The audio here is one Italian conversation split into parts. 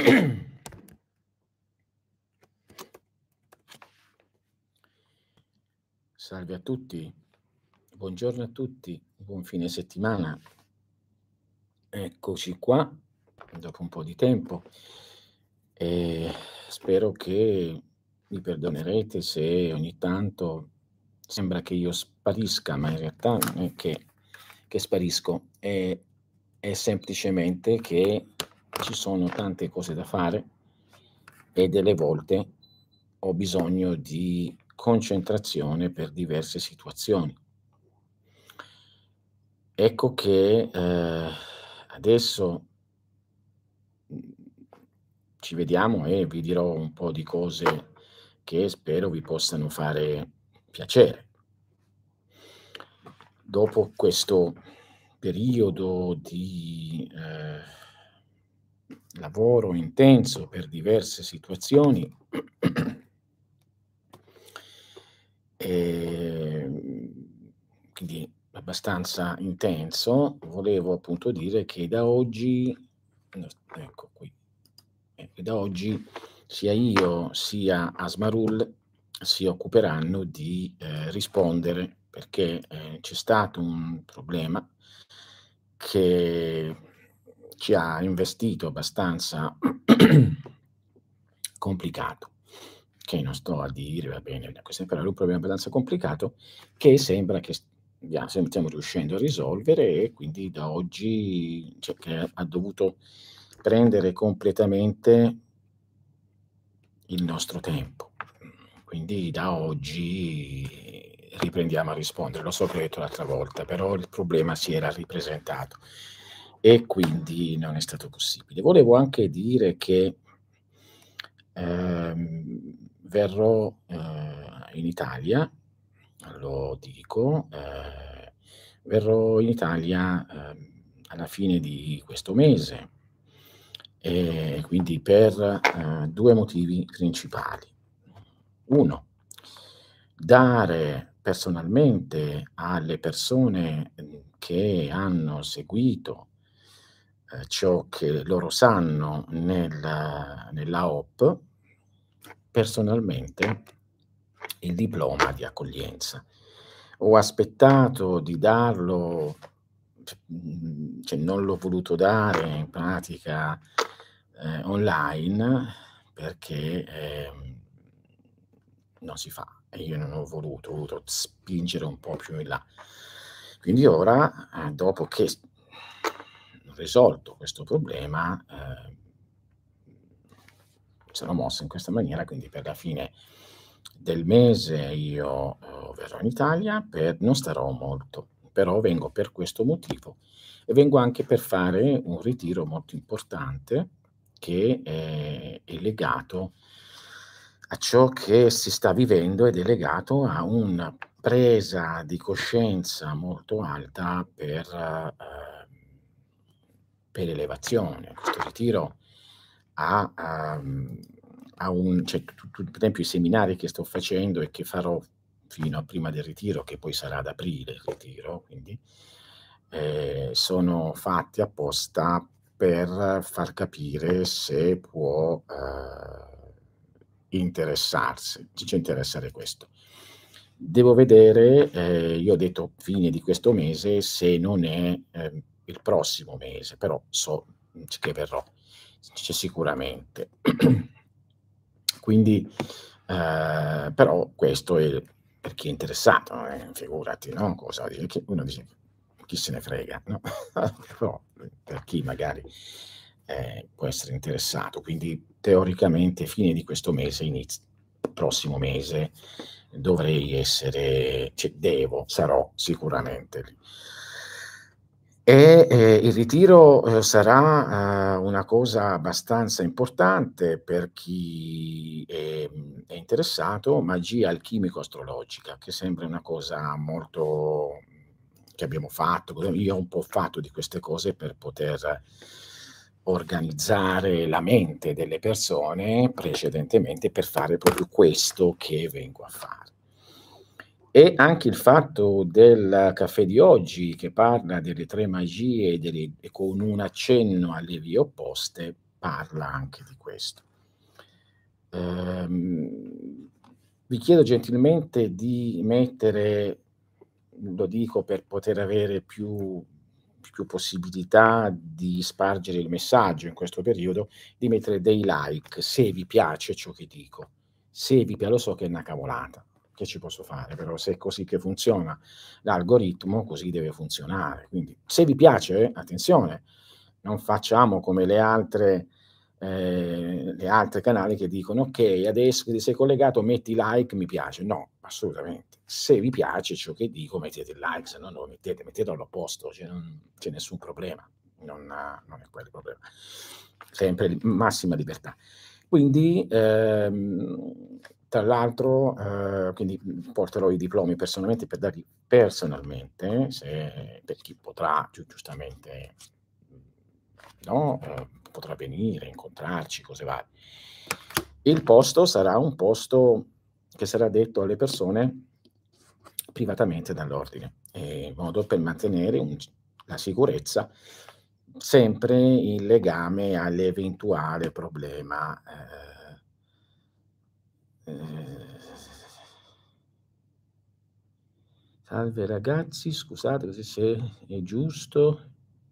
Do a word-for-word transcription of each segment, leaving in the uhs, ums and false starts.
Salve a tutti, buongiorno a tutti, buon fine settimana. Eccoci qua, dopo un po' di tempo, e spero che mi perdonerete se ogni tanto sembra che io sparisca, ma in realtà non è che, che sparisco, è, è semplicemente che ci sono tante cose da fare e delle volte ho bisogno di concentrazione per diverse situazioni. Ecco che eh, adesso mh, ci vediamo e vi dirò un po' di cose che spero vi possano fare piacere. Dopo questo periodo di eh, lavoro intenso per diverse situazioni, e, quindi abbastanza intenso, volevo appunto dire che da oggi, no, ecco qui, ecco, da oggi sia io sia Asmarul si occuperanno di eh, rispondere perché eh, c'è stato un problema che ci ha investito abbastanza complicato, che non sto a dire, va bene, questo però è un problema abbastanza complicato che sembra che stia- stiamo riuscendo a risolvere e quindi da oggi cioè, che ha dovuto prendere completamente il nostro tempo. Quindi da oggi riprendiamo a rispondere. Lo so che ho detto l'altra volta, però il problema si era ripresentato e quindi non è stato possibile. Volevo anche dire che ehm, verrò eh, in Italia, lo dico, eh, verrò in Italia ehm, alla fine di questo mese, e quindi per eh, due motivi principali. Uno, dare personalmente alle persone mh, che hanno seguito eh, ciò che loro sanno nel- nella O P, personalmente il diploma di accoglienza. Ho aspettato di darlo, mhmm, cioè non l'ho voluto dare in pratica, ehm, online perché, ehm, non si fa e io non ho voluto, ho voluto spingere un po' più in là. Quindi ora, ehm, dopo che s risolto questo problema, ehm, sono mosso in questa maniera, quindi per la fine del mese io, uhm, verrò in Italia per non starò molto, però vengo per questo motivo e vengo anche per fare un ritiro molto importante che è è legato a ciò che si sta vivendo ed è legato a una presa di coscienza molto alta per, ehm, per elevazione. Questo ritiro ha, uhm, ha un cioè tu tu per esempio i seminari che sto facendo e che farò fino a prima del ritiro, che poi sarà ad aprile il ritiro, quindi, ehm, sono fatti apposta per far capire se può, uhm, interessarsi ci ci interessare questo. Devo vedere, ehm, io ho detto fine di questo mese, se non è, ehm, il prossimo mese, però so, mhmm, c che verrò, c sicuramente. Quindi, ehm, però questo è per chi è interessato, eh, figurati, no, cosa di che uno dice: "Chi se ne frega", no, però per chi magari, ehm, può essere interessato. Quindi teoricamente fine di questo mese, iniz prossimo mese dovrei essere cioè devo, sarò sicuramente lì. E, ehm, il ritiro, uhm, sarà, uhm, una cosa abbastanza importante per chi è mhmm, è interessato, magia alchimico-astrologica, che sembra una cosa molto che abbiamo fatto, io ho un po' fatto di queste cose per poter organizzare la mente delle persone precedentemente per fare proprio questo che vengo a fare. E anche il fatto del caffè di oggi, che parla delle tre magie delle e con un accenno alle vie opposte, parla anche di questo. Ehm, vi chiedo gentilmente di mettere, lo dico per poter avere più più possibilità di spargere il messaggio in questo periodo, di mettere dei like se vi piace ciò che dico. Se vi pia lo so che è 'na cavolata, che ci posso fare, però se è così che funziona l'algoritmo, così deve funzionare. Quindi se vi piace, attenzione, non facciamo come le altre ehm, le altre canali che dicono: "Okay, adesso che ti sei collegato metti like, mi piace." No, assolutamente. Se vi piace ciò che dico mettete il like, se no non lo mettete, mettetelo all'opposto, cioè non c'è nessun problema, non non è quello il problema. Sempre l massima libertà. Quindi, ehm, tra l'altro, ehm, quindi, mhmm, porterò i diplomi personalmente per darli personalmente, se per chi potrà giu giustamente, mhmm, no, ehm, potrà venire, incontrarci, cose varie. Il posto sarà un posto che sarà detto alle persone privatamente dall'ordine, ehm, in modo per mantenere un c la sicurezza, sempre in legame all'eventuale problema, ehm ehm Salve ragazzi, scusate se se è giusto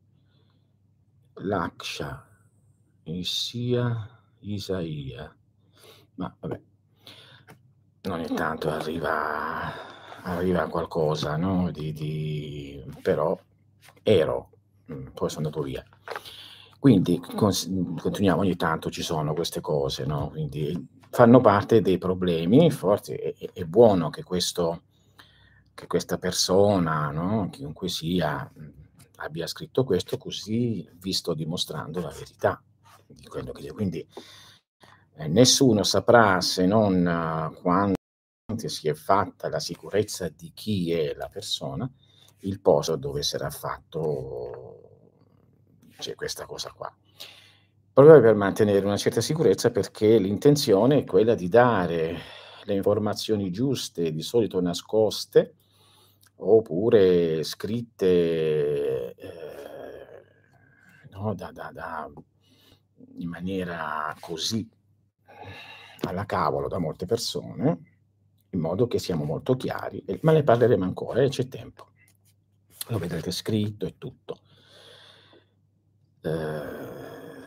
Laksha, e sia Isaia. Ma vabbè. Ogni tanto arriva arriva qualcosa, no, di di però ero, mhmm, poi so andato via. Quindi cons mhmm, continuiamo, ogni tanto ci sono queste cose, no, quindi fanno parte dei problemi, forse è è è buono che questo che questa persona, no, chiunque sia, mhmm, abbia scritto questo, così vi sto dimostrando la verità di quello che quindi, ehm, nessuno saprà se non quan si è fatta la sicurezza di chi è la persona, il posto dove sarà fatto ceh questa cosa qua. Proprio per mantenere una certa sicurezza, perché l'intenzione è quella di dare le informazioni giuste, di solito nascoste, oppure scritte, ehm, no, da da da in maniera così alla cavolo da molte persone, in modo che siamo molto chiari, e ma ne parleremo ancora, eh, c'è tempo. Lo vedrete scritto e tutto. Ehm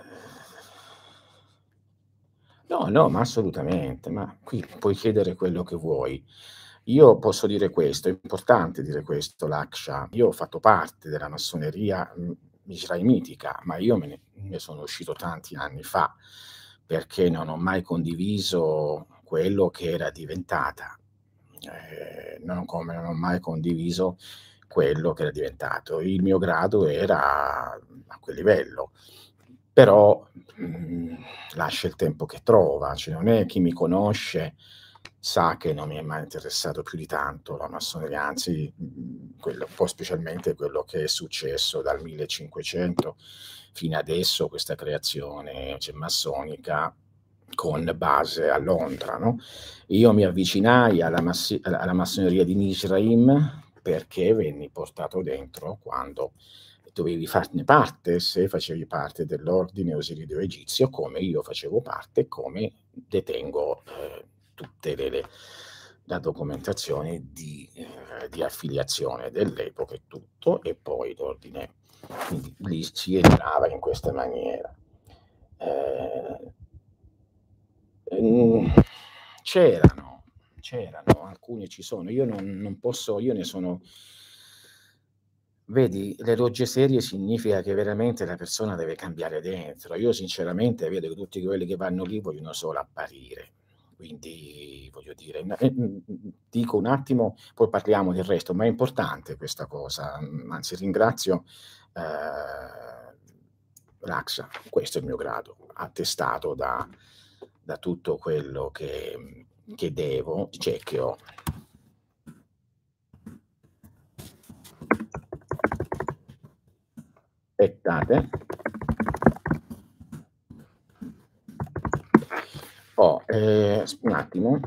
No, no, ma assolutamente, ma qui puoi chiedere quello che vuoi. Io posso dire questo, è importante dire questo, Laksha, io ho fatto parte della massoneria, mhmm, mishraimitica, ma io me ne ne sono uscito tanti anni fa, perché non ho mai condiviso quello che era diventata. Ehm, non come non ho mai condiviso quello che era diventato. Il mio grado era a quel livello. Però, mhmm, lascia il tempo che trova, cioè non è chi mi conosce sa che non mi è mai interessato più di tanto la massoneria, anzi, mhmm, quello un po' specialmente quello che è successo dal millecinquecento fino adesso, questa creazione, ceh massonica, con base a Londra, no. Io mi avvicinai alla massi alla alla massoneria di Mizraim perché venni portato dentro quando dovevi farne parte, se facevi parte dell'ordine osirio egizio, come io facevo parte, come detengo, ehm, tutte le le la documentazione di ehm, di affiliazione dell'epoca e tutto, e poi l'ordine quindi lì si entrava in questa maniera. Ehm Mhmm, c'erano, c'erano, alcuni ci sono. Io non non posso io ne sono vedi, le logge serie significa che veramente la persona deve cambiare dentro. Io sinceramente vedo che tutti quelli che vanno lì vogliono solo apparire. Quindi voglio dire, n e mhmm, mhmm, dico un attimo, poi parliamo del resto, ma è importante questa cosa, mhmm, anzi ringrazio, ehm, Laksha, questo è il mio grado, attestato da da tutto quello che mhmm, che devo, ceh che ho. Aspettate. Oh, ehm, s un attimo.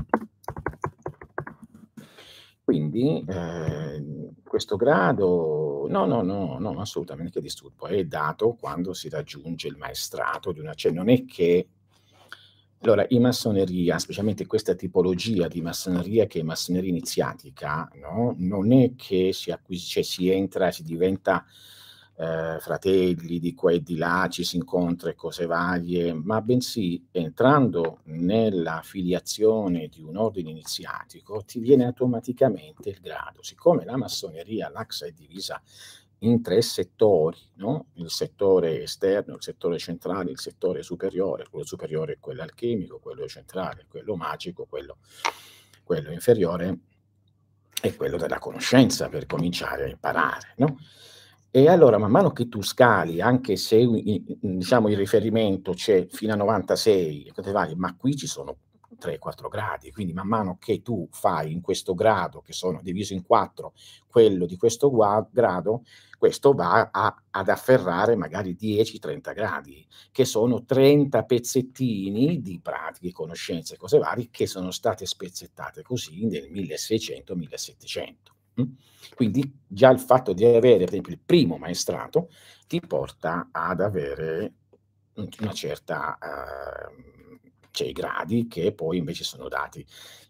Quindi, ehm, questo grado disturbo no, no, no, no, assolutamente che disturbo, è dato quando si raggiunge il maestrato di una cioè non è che allora in massoneria, specialmente questa tipologia di massoneria che è massoneria iniziatica, no, non è che si acquis cioè si entra, si diventa, ehm, fratelli di qua e di là, ci si incontra e cose varie, ma bensì entrando nella filiazione di un ordine iniziatico ti viene automaticamente il grado. Siccome la massoneria, l'A C S è divisa in tre settori, no, il settore esterno, il settore centrale, il settore superiore. Quello superiore è quello alchemico, quello centrale è quello magico, quello quello inferiore è quello della conoscenza per cominciare a imparare, no, e allora man mano che tu scali, anche se i i diciamo il riferimento c'è fino a novantasei e cose varie, ma qui ci sono tre, quattro gradi, quindi man mano che tu fai in questo grado, che sono diviso in quattro, quello di questo gua grado, questo va a ad afferrare magari dieci, trenta gradi, che sono trenta pezzettini di pratiche, conoscenze e cose varie che sono state spezzettate così nel milleseicento, millesettecento, mh. Quindi già il fatto di avere per esempio il primo maestrato ti porta ad avere un una certa, uhm, cioè i gradi che poi invece sono dati.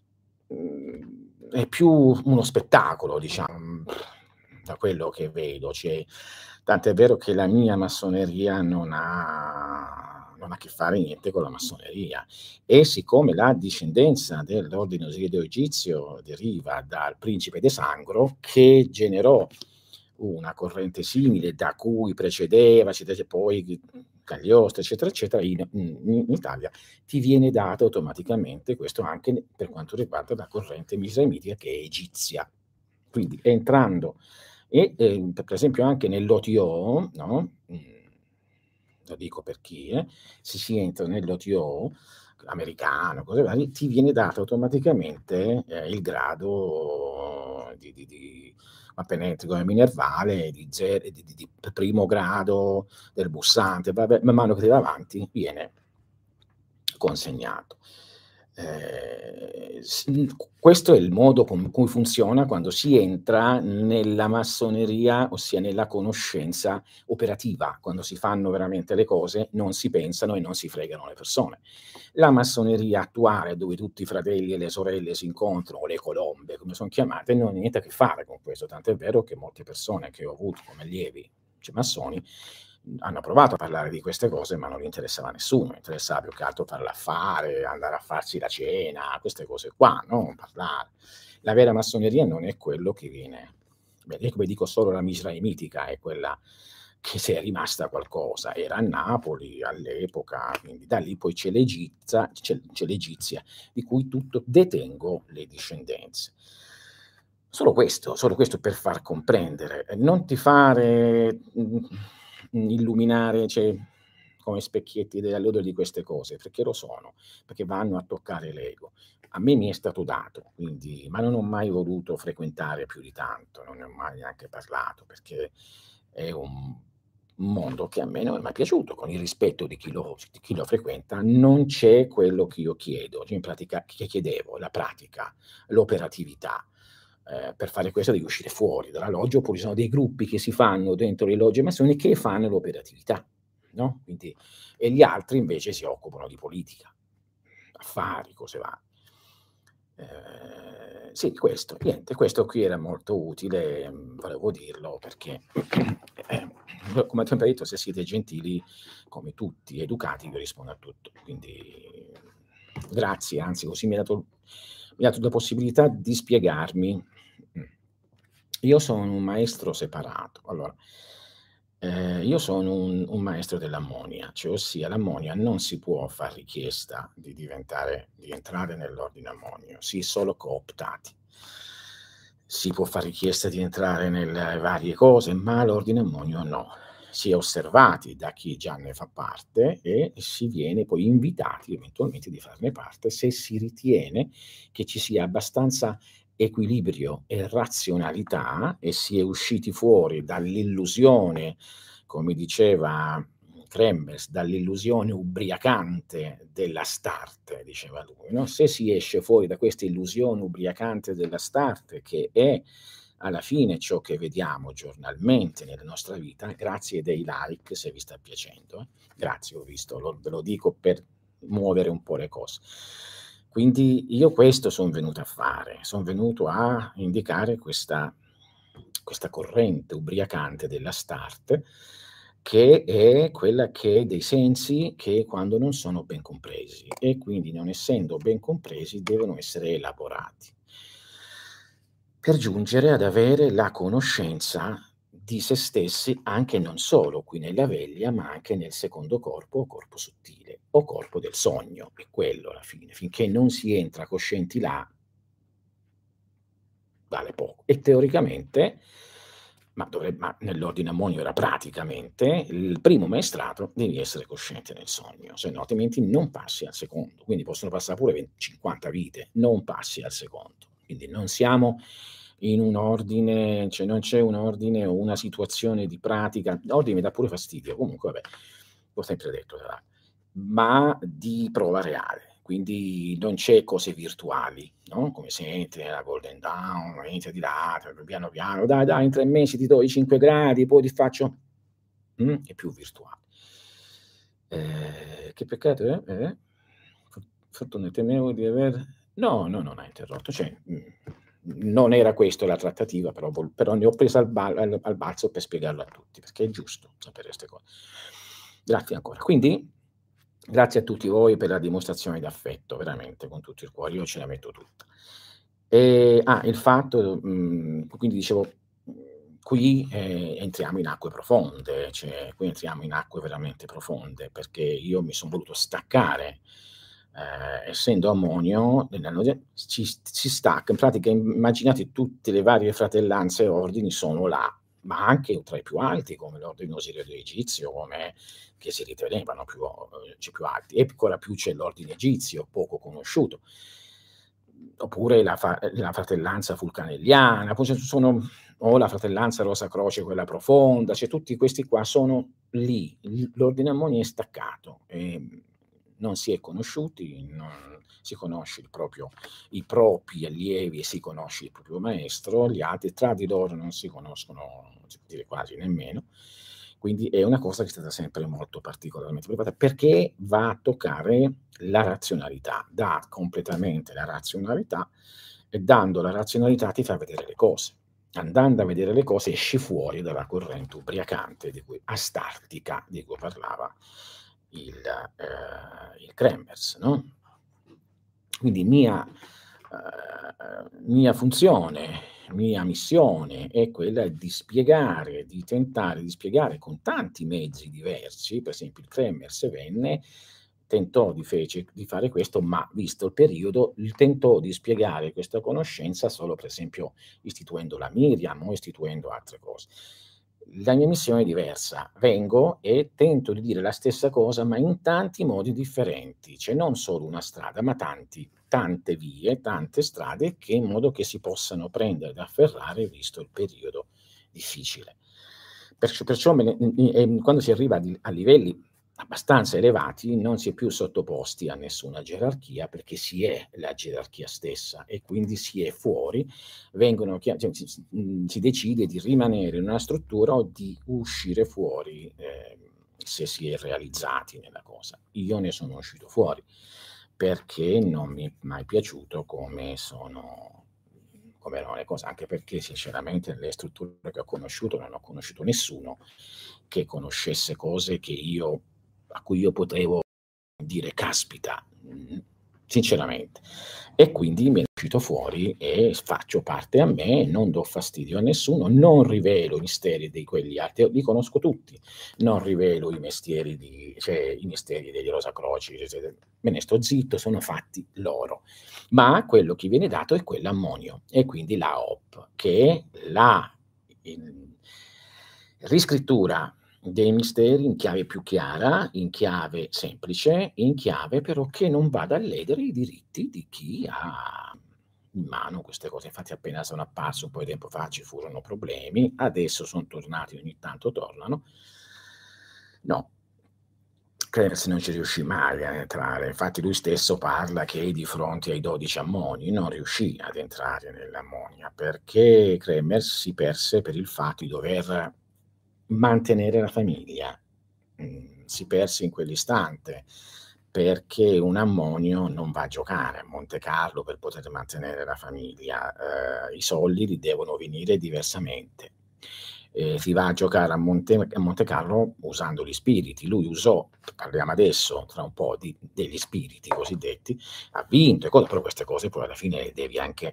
Mhmm, è più uno spettacolo diciam da quello che vedo, cioè tant'è vero che la mia massoneria non ha non ha a che fare niente con la massoneria e siccome la discendenza dell'ordine Osirio Egizio deriva dal principe de Sangro, che generò una corrente simile da cui precedeva poi Cagliostro, eccetera, eccetera, in in in Italia, ti viene dato automaticamente questo anche ne per quanto riguarda la corrente misraimitica che è egizia. Quindi entrando e, ehm, per esempio anche nell'O T O, no, mhmm, lo dico per chi, eh, se si entra nell'O T O americano, cose varie, ti viene dato automaticamente, ehm, il grado di di di appena entri come minervale di ze di di di p primo grado del bussante, vabbè, man mano che si va avanti viene consegnato. Ehm, s mhmm, q questo è il modo con cui funziona quando si entra nella massoneria, ossia nella conoscenza operativa, quando si fanno veramente le cose, non si pensano e non si fregano le persone. La massoneria attuale, dove tutti i fratelli e le sorelle si incontrano, o le colombe come son chiamate, non ha niente a che fare con questo, tant'è vero che molte persone che ho avuto come allievi, cioè massoni, mhmm, hanno provato a parlare di queste cose, ma non gli interessava a nessuno, interessava più che altro far l'affare, andare a farsi la cena, queste cose qua, no, parlare. La vera massoneria non è quello che viene beh, io come dico solo la misraimitica è quella che se è rimasta qualcosa, era a Napoli all'epoca, quindi da lì poi c'è l'egizza c'è c'è l'egizia, di cui tutto detengo le discendenze. Solo questo, solo questo per far comprendere, e non ti fare, mhmm, illuminare, cioè come specchietti della lode di queste cose, perché lo sono, perché vanno a toccare l'ego. A me mi è stato dato, quindi ma non ho mai voluto frequentare più di tanto, non ne ho mai neanche parlato, perché è un un mondo che a me non è mai piaciuto, con il rispetto di chi lo di chi lo frequenta, non c'è quello che io chiedo, cioè in pratica che chiedevo, la pratica, l'operatività. Ehm, per fare questo devi uscire fuori dalla loggia, oppure ci sono dei gruppi che si fanno dentro le logge massoniche che fanno l'operatività, no, quindi e gli altri invece si occupano di politica, affari, cose varie. Ehm, sì, questo, niente, questo qui era molto utile, mhmm, volevo dirlo perché, ehm, come ho sempre detto, se siete gentili come tutti, educati, vi rispondo a tutto. Quindi grazie, anzi così mi hai dato mi hai dato la possibilità di spiegarmi. Mh. Io sono un maestro separato. Allora, ehm, io sono un un maestro dell'ammonia, cioè ossia l'ammonia non si può far richiesta di diventare di entrare nell'ordine ammonio, si è solo cooptati. Si può far richiesta di entrare nelle varie cose, ma l'ordine ammonio no. Si è osservati da chi già ne fa parte e si viene poi invitati eventualmente di farne parte se si ritiene che ci sia abbastanza equilibrio e razionalità e si è usciti fuori dall'illusione, come diceva Kremers, dall'illusione ubriacante dell'Astarte, diceva lui, no, se si esce fuori da questa illusione ubriacante dell'Astarte che è alla fine ciò che vediamo giornalmente nella nostra vita, grazie dei like, se vi sta piacendo, eh. Grazie, ho visto, lo ve lo dico per muovere un po' le cose. Quindi io questo son venuto a fare, son venuto a indicare questa questa corrente ubriacante della start, che è quella che dei sensi che quando non sono ben compresi e quindi non essendo ben compresi devono essere elaborati per giungere ad avere la conoscenza di se stessi, anche non solo qui nella veglia, ma anche nel secondo corpo o corpo sottile o corpo del sogno, è quello alla fine. Finché non si entra coscienti là vale poco. E teoricamente, ma dovre ma nell'ordine ammonio era praticamente, il primo maestrato devi essere cosciente nel sogno, se no altrimenti non passi al secondo. Quindi possono passare pure ven cinquanta vite, non passi al secondo. Quindi non siamo in un ordine, cioè non c'è un ordine o una situazione di pratica, l'ordine mi dà pure fastidio, comunque vabbè, l'ho sempre detto, va, ma di prova reale. Quindi non c'è cose virtuali, no, come se entri nella Golden Dawn, entri di là, piano piano: "Dai, dai, in tre mesi ti do i cinque gradi, poi ti faccio" mh, è più virtuale. Ehm, che peccato, eh, eh? F fortuna temevo di aver no, no, non ha interrotto, cioè, mhmm, non era questo la trattativa, però vol però ne ho presa al ba al al balzo per spiegarlo a tutti, perché è giusto sapere 'ste cose. Grazie ancora. Quindi, grazie a tutti voi per la dimostrazione d'affetto, veramente, con tutto il cuore, io ce la metto tutta. Ehm, ah, il fatto mhmm, quindi dicevo, mhmm, qui, ehm, entriamo in acque profonde, cioè qui entriamo in acque veramente profonde, perché io mi son voluto staccare, ehm, essendo ammonio nella noge ci si stacca, in pratica immaginate tutte le varie fratellanze e ordini sono là, ma anche tra i più alti come l'ordine osirio egizio, come che si ritenevano più o uhm, cioè più alti, e ancora più c'è l'ordine egizio, poco conosciuto. Oppure la fa ehm, la fratellanza vulcanelliana, poi ce sono o la fratellanza Rosa Croce, quella profonda, cioè tutti questi qua sono lì, l l'ordine Ammoni è staccato, ehm, non si è conosciuti, non si conosce il proprio i propri allievi e si conosce il proprio maestro, gli altri tra di loro non si conoscono, si può dire quasi nemmeno. Quindi è una cosa che è stata sempre molto particolarmente provata, perché va a toccare la razionalità, dà completamente la razionalità e dando la razionalità ti fa vedere le cose. Andando a vedere le cose esci fuori dalla corrente ubriacante di cui astartica, di cui parlava il ehm, il Kremers, no? Quindi mia ehm, mia funzione, mia missione è quella di spiegare, di tentare di spiegare con tanti mezzi diversi, per esempio il Kremers venne, tentò di fece di fare questo, ma visto il periodo, il tentò di spiegare questa conoscenza solo per esempio istituendo la Miriam o istituendo altre cose. La mia missione è diversa, vengo e tento di dire la stessa cosa, ma in tanti modi differenti, cioè non solo una strada, ma tanti tante vie, tante strade che in modo che si possano prendere ed afferrare visto il periodo difficile. Perciò perciò me ne mhmm, ehm, quando si arriva a di a livelli abbastanza elevati non si è più sottoposti a nessuna gerarchia, perché si è la gerarchia stessa e quindi si è fuori, vengono chia cioè si si mhmm, si decide di rimanere in una struttura o di uscire fuori, ehm, se si è realizzati nella cosa. Io ne sono uscito fuori, perché non mi è mai piaciuto come sono come erano le cose, anche perché sinceramente nelle strutture che ho conosciuto non ho conosciuto nessuno che conoscesse cose che io a cui io potevo dire: "Caspita", mhmm, sinceramente. E quindi me ne uscito fuori e s faccio parte a me, non do fastidio a nessuno, non rivelo i misteri di quegli altri, li conosco tutti, non rivelo i mestieri di cioè i misteri degli Rosacroci, me ne sto zitto, sono fatti loro. Ma quello che viene dato è quell'ammonio e quindi la O P, che è la il riscrittura dei misteri in chiave più chiara, in chiave semplice, in chiave però che non vada a ledere i diritti di chi ha in mano queste cose. Infatti appena sono apparso un po' di tempo fa ci furono problemi, adesso son tornati, ogni tanto tornano. No. Cremes non ci riuscì mai a entrare, infatti lui stesso parla che di fronte ai dodici ammoni non riuscì ad entrare nell'ammonia, perché Cremers si perse per il fatto di dover mantenere la famiglia. Mhmm, si perse in quell'istante, perché un ammonio non va a giocare a Monte Carlo per poter mantenere la famiglia, ehm, i soldi gli devono venire diversamente. Ehm, si va a giocare a Monte a Monte Carlo usando gli spiriti. Lui usò, parliamo adesso tra un po' di degli spiriti cosiddetti, ha vinto e cose, però queste cose poi alla fine le devi anche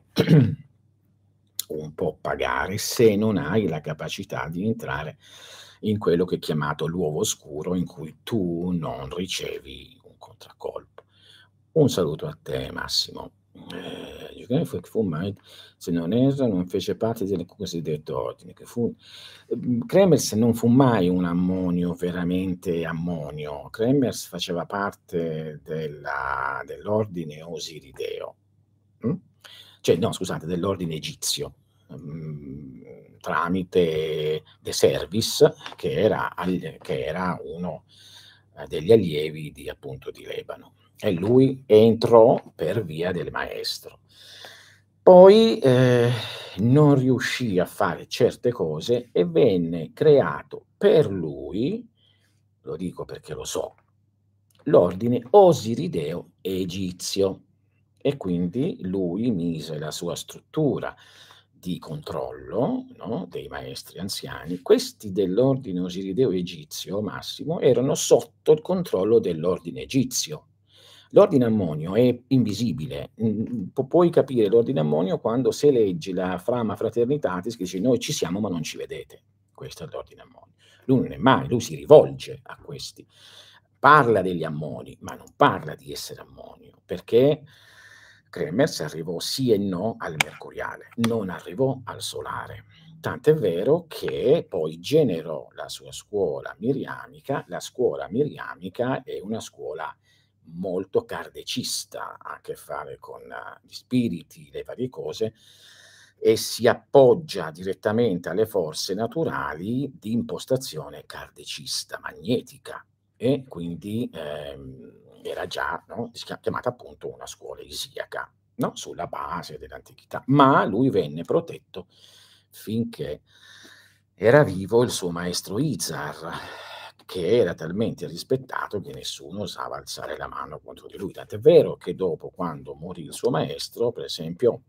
un po' pagare se non hai la capacità di entrare in quello che è chiamato l'uovo oscuro, in cui tu non ricevi un contraccolpo. Un saluto a te Massimo. Ehm, fu mai, se non erro, non fece parte del cosiddetto ordine, che fu ehm, Cremers non fu mai un ammonio veramente ammonio. Cremers faceva parte della dell'ordine osirideo, mh? Cioè no scusate, dell'ordine egizio, mhmm, tramite De Servis che era al che era uno, ehm, degli allievi di appunto di Lebano. E lui entrò per via del maestro. Poi, ehm, non riuscì a fare certe cose e venne creato per lui, lo dico perché lo so, l'ordine osirideo egizio. E quindi lui mise la sua struttura di controllo, no, dei maestri anziani. Questi dell'ordine osirideo egizio, Massimo, erano sotto il controllo dell'ordine egizio. L'ordine ammonio è invisibile, mhmm, pu puoi capire l'ordine ammonio quando se leggi la Frama Fraternitatis che dice: "Noi ci siamo ma non ci vedete." Questo è l'ordine ammonio. Lui non è mai, lui si rivolge a questi. Parla degli ammoni, ma non parla di essere ammonio, perché Cremers arrivò sì e no al mercuriale, non arrivò al solare. Tant'è vero che poi generò la sua scuola miriamica. La scuola miriamica è una scuola molto kardecista, ha a che fare con gli spiriti, le varie cose, e si appoggia direttamente alle forze naturali di impostazione kardecista, magnetica. E quindi, ehm, era già, no, si chia chiamata appunto una scuola elisiaca, no, sulla base dell'antichità. Ma lui venne protetto finché era vivo il suo maestro Izar, che era talmente rispettato che nessuno osava alzare la mano contro di lui. Tant'è vero che dopo, quando morì il suo maestro, per esempio,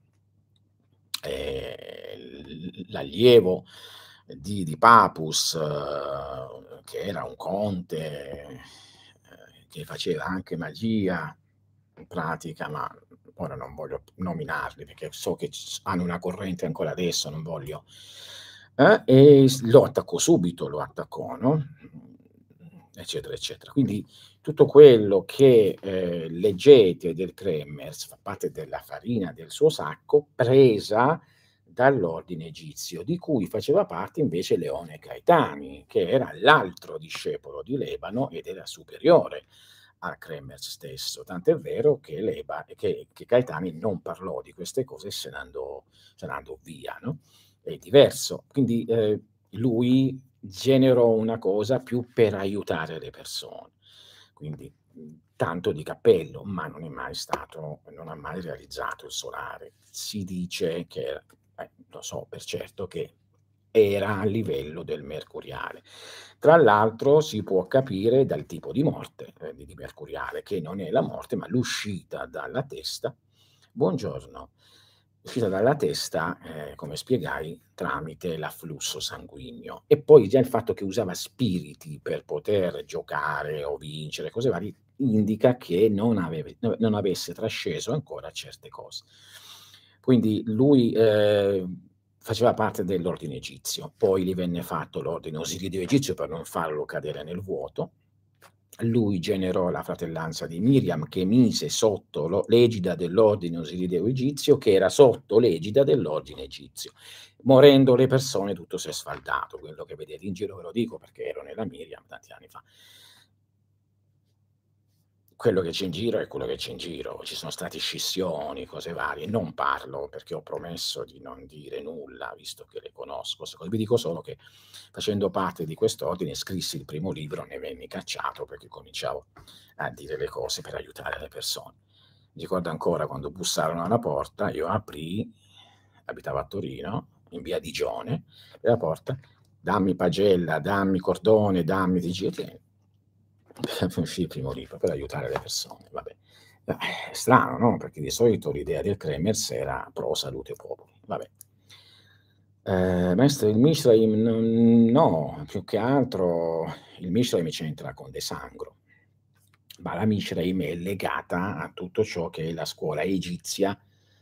ehm, l l'allievo di di Papus, uhm, che era un conte, ehm, che faceva anche magia in pratica, ma ora non voglio p nominarli perché so che c s hanno una corrente ancora adesso, non voglio eh, e s lo attaccò subito, lo attaccò, no, mhmm, eccetera, eccetera. Quindi tutto quello che, ehm, leggete del Cremers fa parte della farina del suo sacco, presa dall'ordine egizio, di cui faceva parte invece Leone Caetani, che era l'altro discepolo di Lebano ed era superiore a Cremers stesso. Tant'è vero che Leba che che Caetani non parlò di queste cose e se ne andò se ne andò via, no, è diverso. Quindi, ehm, lui generò una cosa più per aiutare le persone. Quindi, mhmm, tanto di cappello, ma non è mai stato non ha mai realizzato il solare. Si dice che eh, lo so per certo che era a livello del mercuriale. Tra l'altro si può capire dal tipo di morte, ehm, di di mercuriale, che non è la morte, ma l'uscita dalla testa buongiorno, uscita dalla testa, ehm, come spiegai, tramite l'afflusso sanguigno. E poi già il fatto che usava spiriti per poter giocare o vincere, cose varie, indica che non aveve no non avesse trasceso ancora certe cose. Quindi lui, ehm, faceva parte dell'ordine egizio, poi gli venne fatto l'ordine osirideo egizio per non farlo cadere nel vuoto. Lui generò la fratellanza di Miriam che mise sotto lo l'egida dell'ordine osirideo egizio, che era sotto l'egida dell'ordine egizio. Morendo le persone tutto si è sfaldato, quello che vedete in giro ve lo dico perché ero nella Miriam tanti anni fa. quello che c'è in giro è quello che c'è in giro. Ci sono stati scissioni, cose varie. Non parlo perché ho promesso di non dire nulla, visto che le conosco 'ste cose. Vi dico solo che facendo parte di quest'ordine scrissi il primo libro, ne venni cacciato perché cominciavo a dire le cose per aiutare le persone. Ricordo ancora quando bussarono alla porta, io aprii, abitavo a Torino, in via Digione, e la porta: "Dammi pagella, dammi cordone, dammi" dici e tieni. Uscì il primo libro per aiutare le persone, vabbè. Eh, è strano, no, perché di solito l'idea del Kremers era pro salute populi, vabbè. Ehm, maestro, il Mishraim non no, più che altro il Mishraim c'entra con De Sangro, ma la Mishraim è legata a tutto ciò che è la scuola egizia,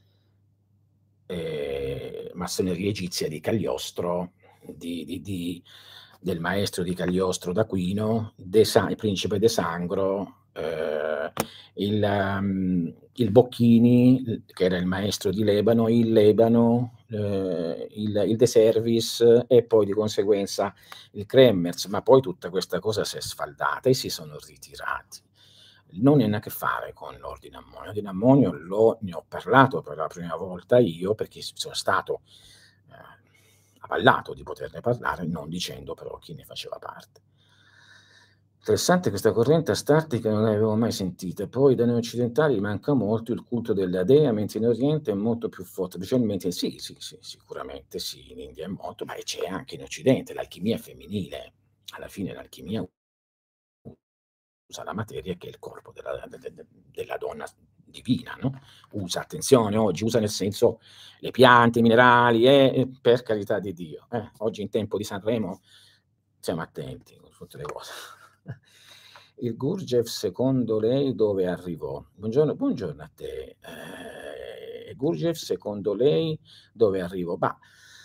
ehm, massoneria egizia di Cagliostro, di di di del maestro di Cagliostro d'Aquino, De Sa il principe De Sangro, ehm, il mhmm, il Bocchini, l che era il maestro di Lebano, il Lebano, ehm, il il De Servis e poi di conseguenza il Kremers, ma poi tutta questa cosa s'è sfaldata e si sono ritirati. Non hanno a che fare con l'ordine Ammonio. L'ordine Ammonio lo ne ho parlato per la prima volta io perché s sono stato, ehm, avallato di poterne parlare, non dicendo però chi ne faceva parte. Interessante questa corrente astartica, non l'avevo mai sentita. E poi da noi occidentali manca molto il culto della dea, mentre in Oriente è molto più forte, specialmente sì, sì, sì, sicuramente sì, in India è molto, ma c'è anche in Occidente l'alchimia femminile. Alla fine l'alchimia usa la materia che è il corpo della de de de della donna s divina, no, usa attenzione, oggi usa nel senso le piante, i minerali, eh, eh, per carità di Dio, eh. Oggi in tempo di Sanremo stiamo attenti con tutte le cose. Il Gurdjieff secondo lei dove arrivò? Buongiorno buongiorno a te. Ehm, Gurdjieff secondo lei dove arrivò? Bah,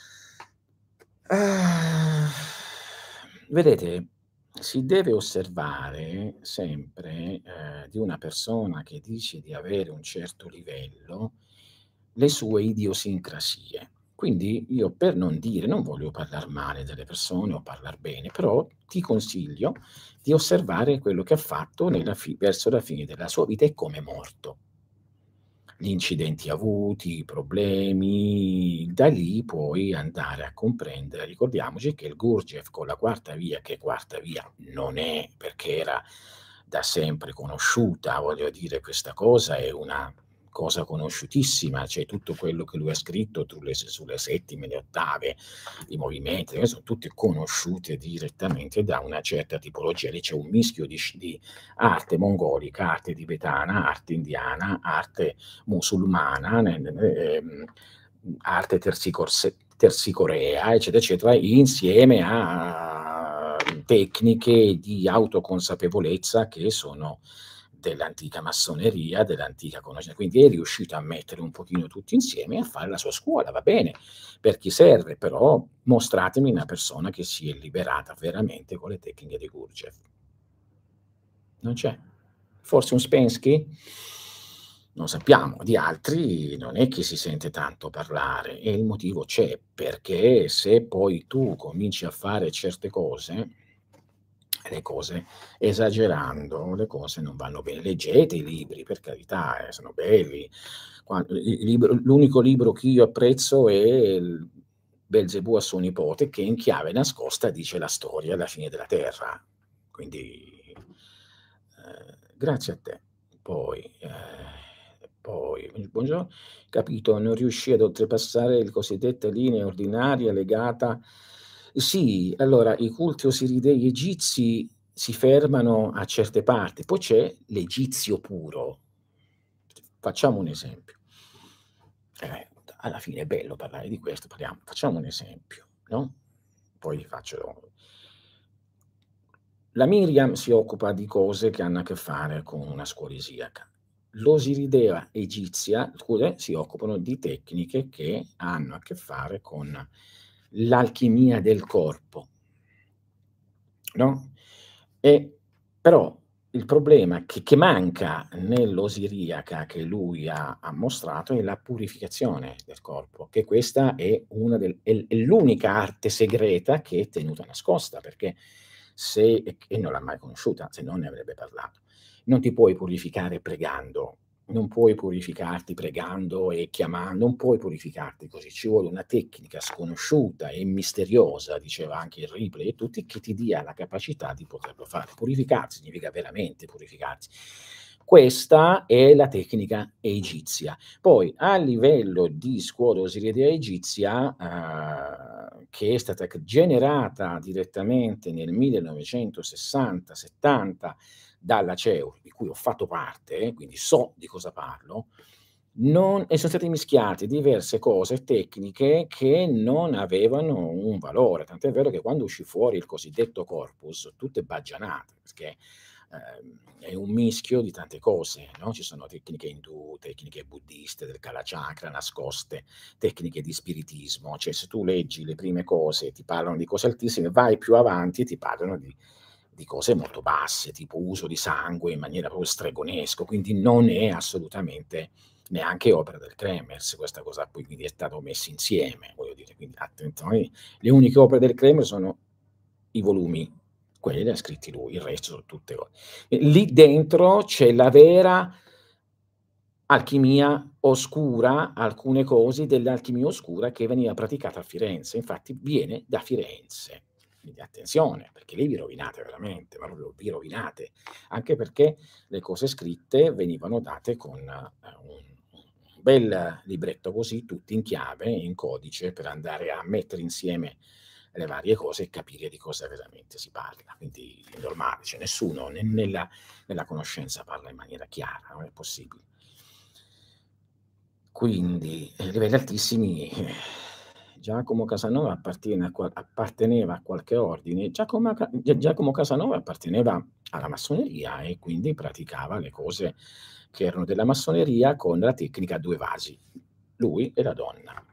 ah, vedete, si deve osservare sempre, ehm, di una persona che dice di avere un certo livello, le sue idiosincrasie. Quindi io per non dire non voglio parlar male delle persone o parlar bene, però ti consiglio di osservare quello che ha fatto nella fi verso la fine della sua vita e come è morto. Gli incidenti avuti, i problemi, da lì puoi andare a comprendere. Ricordiamoci che il Gurdjieff con la quarta via, che quarta via non è perché era da sempre conosciuta, voglio dire, questa cosa è una cosa conosciutissima, cioè tutto quello che lui ha scritto sulle s sulle settime, le ottave, i movimenti, eh, son tutte conosciute direttamente da una certa tipologia. Lì c'è un mischio di sci di arte mongolica, arte tibetana, arte indiana, arte musulmana, ne ne ehm, arte tersicorse tersicorea, eccetera, eccetera, insieme a tecniche di autoconsapevolezza che sono dell'antica massoneria, dell'antica conoscenza. Quindi è riuscito a mettere un pochino tutti insieme e a fare la sua scuola, va bene, per chi serve, però mostratemi una persona che si è liberata veramente con le tecniche di Gurdjieff. Non c'è. Forse un Ouspensky? Non sappiamo. Di altri non è che si sente tanto parlare e il motivo c'è, perché se poi tu cominci a fare certe cose, le cose esagerando, le cose non vanno bene. Leggete i libri, per carità, eh, sono belli. Qua i i libro l'unico libro che io apprezzo è il Belzebù a suo nipote, che in chiave nascosta dice la storia alla fine della terra. Quindi, ehm, grazie a te. Poi, ehm, poi il buongiorno, capito, non riuscì ad oltrepassare il cosiddetta linea ordinaria legata sì, allora i culti osiridei egizi si fermano a certe parti, poi c'è l'egizio puro. Facciamo un esempio. Eh, alla fine è bello parlare di questo, parliamo facciamo un esempio, no, poi faccio la Miriam si occupa di cose che hanno a che fare con una scuola isiaca. L'Osiridea egizia, scusa, si occupano di tecniche che hanno a che fare con l'alchimia del corpo, no, e però il problema che che manca nell'osiriaca che lui ha ha mostrato è la purificazione del corpo, che questa è una del è l è l'unica arte segreta che è tenuta nascosta, perché se e e non l'ha mai conosciuta, se no ne avrebbe parlato. non ti puoi purificare pregando, non puoi purificarti pregando e chiama non puoi purificarti così, ci vuole una tecnica sconosciuta e misteriosa, diceva anche il Ripley e tutti, che ti dia la capacità di poterlo fare. Purificarsi significa veramente purificarsi. Questa è la tecnica egizia. Poi a livello di scuola osiridia egizia, uhm, che è stata c generata direttamente nel millenovecentosessanta settanta dalla C E U, di cui ho fatto parte, quindi so di cosa parlo, non e son state mischiate diverse cose tecniche che non avevano un valore, tant'è vero che quando uscì fuori il cosiddetto corpus, tutte baggianate, perché, ehm, è un mischio di tante cose, no, ci sono tecniche indù, tecniche buddiste del Kalachakra nascoste, tecniche di spiritismo, cioè se tu leggi le prime cose ti parlano di cose altissime, vai più avanti e ti parlano di di cose molto basse, tipo uso di sangue in maniera proprio stregonesco, quindi non è assolutamente neanche opera del Kremers questa cosa qui, quindi è stato messo insieme, voglio dire, quindi attenzione, le uniche opere del Kremers sono i volumi, quelli li ha scritti lui, il resto sono tutte o e lì dentro c'è la vera alchimia oscura, alcune cose dell'alchimia oscura che veniva praticata a Firenze, infatti viene da Firenze. Quindi attenzione, perché lì vi rovinate veramente, ma proprio vi rovinate, anche perché le cose scritte venivano date con, ehm, un un bel libretto così, tutti in chiave, in codice, per andare a mettere insieme le varie cose e capire di cosa veramente si parla. Quindi è normale, cioè nessuno ne nella nella conoscenza parla in maniera chiara, non è possibile. Quindi, eh, livelli altissimi, eh, Giacomo Casanova appartiene a qua apparteneva a qualche ordine. Giacoma Ca Gia Giacomo Casanova apparteneva alla massoneria e quindi praticava le cose che erano della massoneria con la tecnica a due vasi, lui e la donna.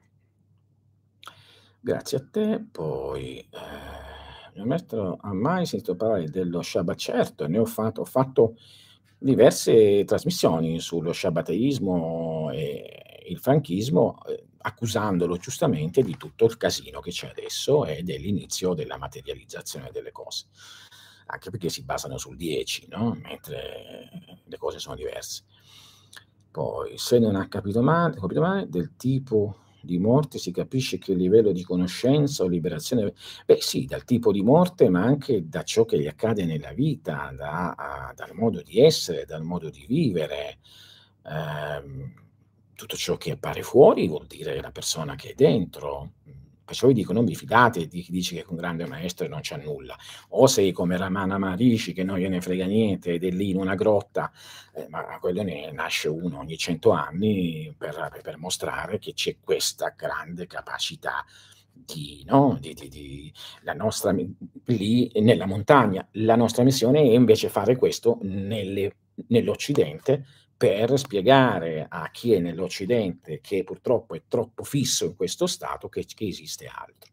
Grazie a te. Poi, ehm, mio maestro ha mai sentito parlare dello Shabbat? Certo, ne ho fatto ho fatto diverse trasmissioni sullo sciabateismo e il franchismo, ehm, accusandolo giustamente di tutto il casino che c'è adesso e dell'inizio della materializzazione delle cose. Anche perché si basano sul dieci, no, mentre le cose sono diverse. Poi, se non ha capito male ho capito male, del tipo di morte si capisce che livello di conoscenza o liberazione beh sì, dal tipo di morte, ma anche da ciò che gli accade nella vita, da a dal modo di essere, dal modo di vivere. Ehm, tutto ciò che appare fuori vuol dire la persona che è dentro. Mhmm, perciò io dico: "Non vi fidate di chi dice che è un grande maestro e non c'ha nulla. O sei come Ramana Maharishi che non gliene frega niente ed è lì in una grotta, eh, ma quello ne nasce uno ogni cento anni per per mostrare che c'è questa grande capacità di no, di di di la nostra mi lì nella montagna. La nostra missione è invece fare questo nelle nell'Occidente per spiegare a chi è nell'Occidente, che purtroppo è troppo fisso in questo stato, che c che esiste altro.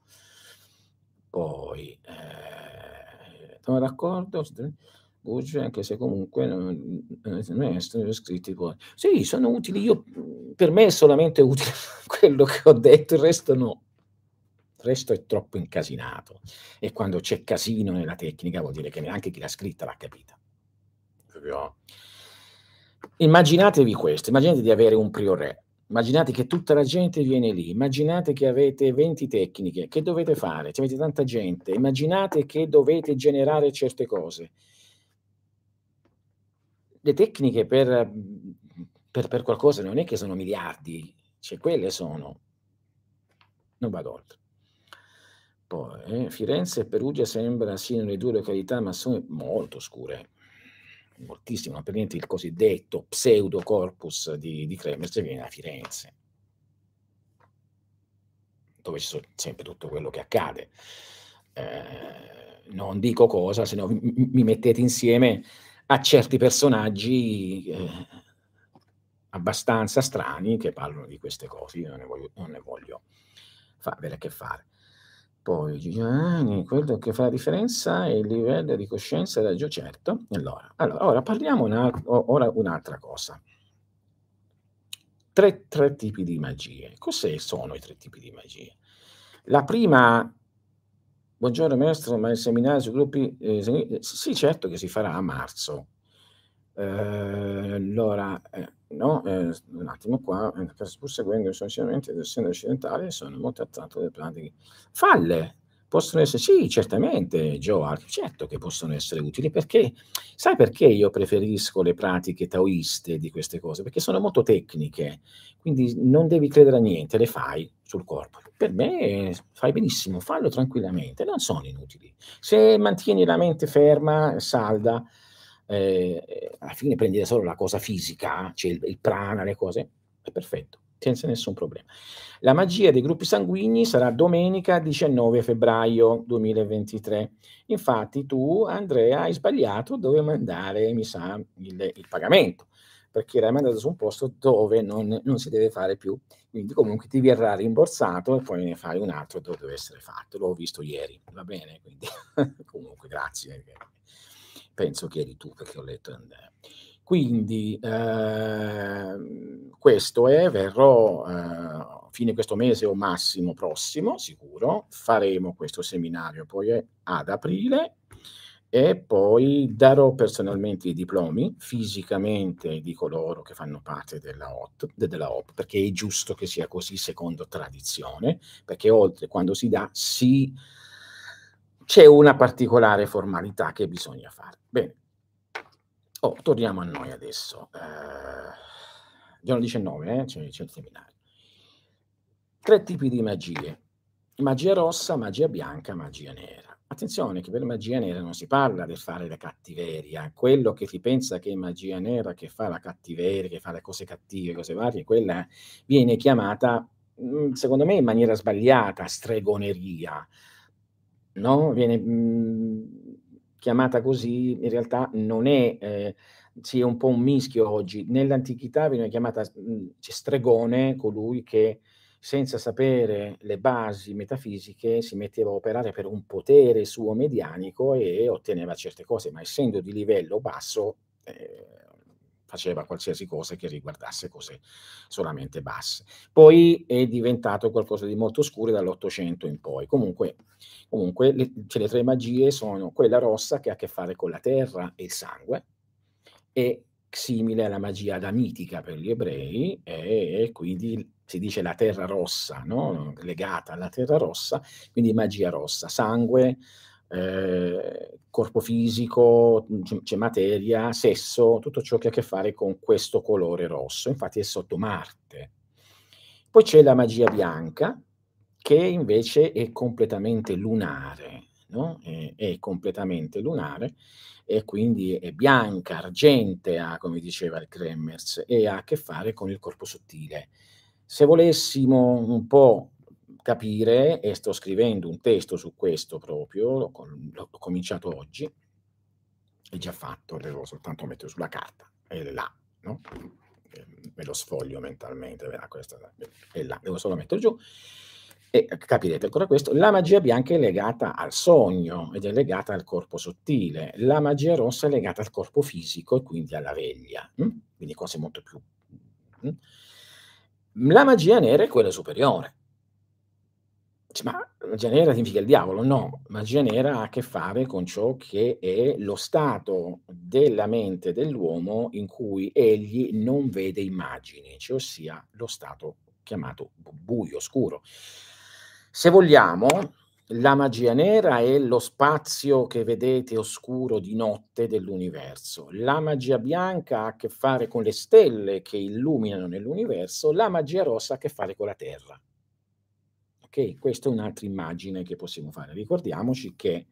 Poi, ehm, sono d'accordo s d Gugge, anche se comunque non ehm, scritti poi sì, sono utili. Io mhmm, per me è solamente utile quello che ho detto, il resto no. Il resto è troppo incasinato e quando c'è casino nella tecnica vuol dire che neanche chi l'ha scritta l'ha capita. Proprio immaginatevi questo, immaginate di avere un prioré, immaginate che tutta la gente viene lì, immaginate che avete venti tecniche, che dovete fare? Ci avete tanta gente, immaginate che dovete generare certe cose. Le tecniche per mhmm, per per qualcosa non è che sono miliardi, cioè quelle sono. Non vado oltre. Poi, eh, Firenze e Perugia sembra siano le due località massone molto oscure, moltissimo, ma per niente il cosiddetto pseudo corpus di di Kremers viene da Firenze. Dove ci so sempre tutto quello che accade. Ehm, non dico cosa, se no m m mi mettete insieme a certi personaggi, ehm, abbastanza strani che parlano di queste cose. Io non ne voglio non ne voglio fa avere a che fare. Poi Giuliani, quello che fa la differenza è il livello di coscienza della gio certo. Allora allora ora parliamo una o ora un'altra cosa. Tre tre tipi di magie. Cos'è sono i tre tipi di magie? La prima buongiorno maestro, ma il seminario su gruppi, ehm, segui s sì certo che si farà a marzo. Ehm, allora, eh, no, ehm, s un attimo qua, ehm, pur seguendo essenzialmente essendo occidentale, sono molto attratto dalle pratiche falle! Possono esse sì, certamente, Joa, certo che possono essere utili, perché sai perché io preferisco le pratiche taoiste di queste cose? Perché sono molto tecniche, quindi non devi credere a niente, le fai sul corpo. Per me fai benissimo, fallo tranquillamente, non sono inutili. Se mantieni la mente ferma, salda, ehm, alla fine prendi solo la cosa fisica, cioè il il prana, le cose, è perfetto, senza nessun problema. La magia dei gruppi sanguigni sarà domenica diciannove febbraio duemilaventitré. Infatti tu, Andrea, hai sbagliato dove mandare, mi sa, il il pagamento, perché l'hai mandato su un posto dove non non si deve fare più. Quindi comunque ti verrà rimborsato e poi ne fai un altro dove deve essere fatto. L'ho visto ieri, va bene? Quindi comunque grazie, che penso che eri tu perché ho letto Andrea. Quindi, ehm, questo è, verrò, ehm, fine questo mese o massimo prossimo, sicuro, faremo questo seminario, poi è ad aprile e poi darò personalmente i diplomi fisicamente di coloro che fanno parte della O T de della O P, perché è giusto che sia così secondo tradizione, perché oltre quando si dà, si c'è una particolare formalità che bisogna fare. Bene. Oh, torniamo a noi adesso. Ehm, giorno diciannove, eh, c'è c'è il seminario. tre tipi di magie: magia rossa, magia bianca, magia nera. Attenzione che per magia nera non si parla del fare la cattiveria. Quello che si pensa che è magia nera, che fa la cattiveria, che fa le cose cattive, cose varie, quella viene chiamata, mhmm, secondo me in maniera sbagliata, stregoneria. No, viene, mhmm, chiamata così, in realtà non è, ehm, sì, è un po' un mischio oggi. Nell'antichità veniva chiamata s mhmm, c stregone colui che, senza sapere le basi metafisiche, si metteva a operare per un potere suo medianico e otteneva certe cose, ma essendo di livello basso, ehm, faceva qualsiasi cosa che riguardasse cose solamente basse. Poi è diventato qualcosa di molto oscuro dall'Ottocento in poi. Comunque comunque le cioè le tre magie sono quella rossa che ha a che fare con la terra e il sangue, è simile alla magia adamitica per gli ebrei e e quindi si dice la terra rossa, no, legata alla terra rossa, quindi magia rossa, sangue, ehm, corpo fisico, mhmm, c c'è materia, sesso, tutto ciò che ha a che fare con questo colore rosso, infatti è sotto Marte. Poi c'è la magia bianca, che invece è completamente lunare, no, è è completamente lunare e quindi è bianca, argentea, come diceva il Kremers, e ha a che fare con il corpo sottile. Se volessimo un po' capire, e sto scrivendo un testo su questo proprio, l'ho com l'ho l'ho cominciato oggi, è già fatto, devo soltanto mettere sulla carta, è là, no, ehm, me lo sfoglio mentalmente, verrà questa è là, devo solo mettere giù e c capirete ancora questo. La magia bianca è legata al sogno ed è legata al corpo sottile, la magia rossa è legata al corpo fisico e quindi alla veglia, mh, quindi cose molto più mh. La magia nera è quella superiore. C ma magia nera significa il diavolo? No, magia nera ha a che fare con ciò che è lo stato della mente dell'uomo in cui egli non vede immagini, cioè ossia lo stato chiamato bu buio, scuro. Se vogliamo, la magia nera è lo spazio che vedete oscuro di notte dell'universo. La magia bianca ha a che fare con le stelle che illuminano nell'universo, la magia rossa ha a che fare con la terra. Okay, questa è un'altra immagine che possiamo fare. Ricordiamoci che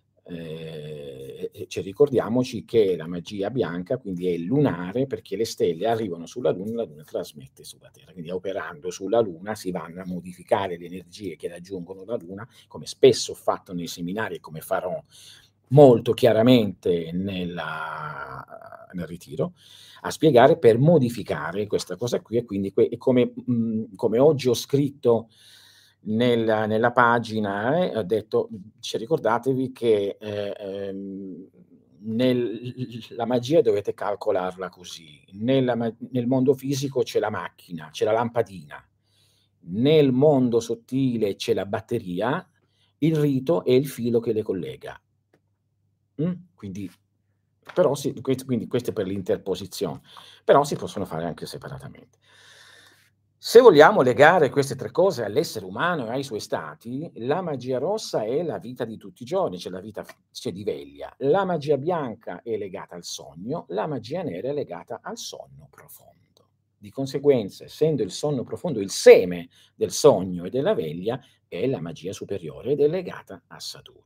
ehm, e cioè ricordiamoci che la magia bianca quindi è lunare, perché le stelle arrivano sulla Luna e la Luna trasmette sulla Terra. Quindi operando sulla Luna si vanno a modificare le energie che raggiungono la Luna, come spesso ho fatto nei seminari e come farò molto chiaramente nella nel ritiro, a spiegare per modificare questa cosa qui e quindi que e come mhmm, come oggi ho scritto nella nella pagina, eh, ho detto, cioè ricordatevi che, ehm, ehm, nel l l la magia dovete calcolarla così: nella ma nel mondo fisico c'è la macchina, c'è la lampadina, nel mondo sottile c'è la batteria, il rito è il filo che le collega. Mh, quindi Però sì, quest quindi questo è per l'interposizione, però si possono fare anche separatamente. Se vogliamo legare queste tre cose all'essere umano e ai suoi stati, la magia rossa è la vita di tutti i giorni, cioè la vita f cioè di veglia. La magia bianca è legata al sogno, la magia nera è legata al sonno profondo. Di conseguenza, essendo il sonno profondo il seme del sogno e della veglia, è la magia superiore ed è legata a Saturno.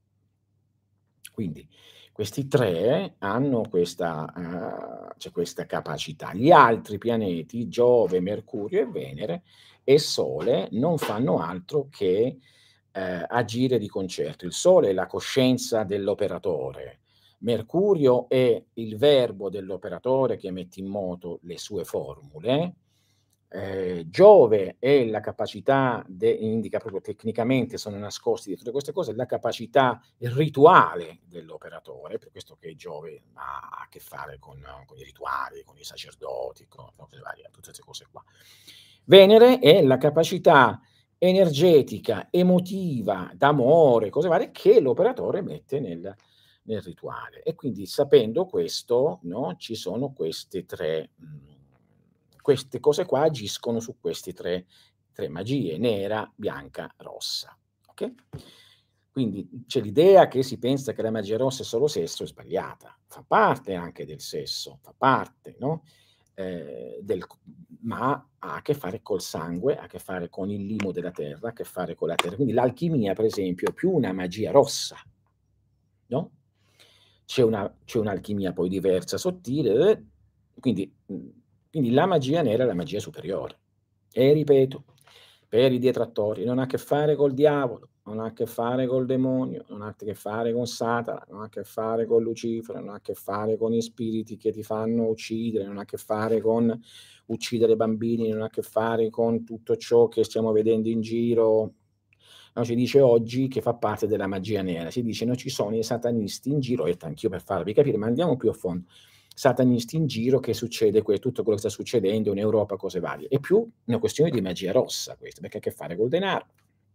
Quindi questi tre hanno questa uhm, cioè questa capacità. Gli altri pianeti, Giove, Mercurio e Venere e Sole, non fanno altro che, ehm, agire di concerto. Il Sole è la coscienza dell'operatore, Mercurio è il verbo dell'operatore che mette in moto le sue formule, ehm, Giove è la capacità de indica proprio tecnicamente, sono nascosti dietro queste cose, la capacità rituale dell'operatore, per questo che Giove ha a che fare con con i rituali, con i sacerdoti, con cose varie, tutte 'ste cose qua. Venere è la capacità energetica, emotiva, d'amore, cose varie, che l'operatore mette nel nel rituale. E quindi sapendo questo, no, ci sono queste tre mhmm, queste cose qua agiscono su questi tre tre magie: nera, bianca, rossa. Okay? Quindi c'è l'idea che si pensa che la magia rossa è solo sesso, è sbagliata. Fa parte anche del sesso, fa parte, no, ehm, del c ma ha a che fare col sangue, ha a che fare con il limo della terra, ha a che fare con la terra. Quindi l'alchimia, per esempio, è più una magia rossa, no, c'è una c'è un'alchimia poi diversa, sottile, eh, quindi mhmm, quindi la magia nera è la magia superiore. E ripeto, per i detrattori, non ha a che fare col diavolo, non ha a che fare col demonio, non ha a che fare con Satana, non ha a che fare con Lucifero, non ha a che fare con gli spiriti che ti fanno uccidere, non ha a che fare con uccidere bambini, non ha a che fare con tutto ciò che stiamo vedendo in giro. No, si dice oggi che fa parte della magia nera, si dice: "No, ci sono i satanisti in giro", ho detto anch'io per farvi capire, ma andiamo più a fondo. Satanisti in giro, che succede que tutto quello che sta succedendo in Europa, cose varie. È più una questione di magia rossa questa, perché ha a che fare col denaro,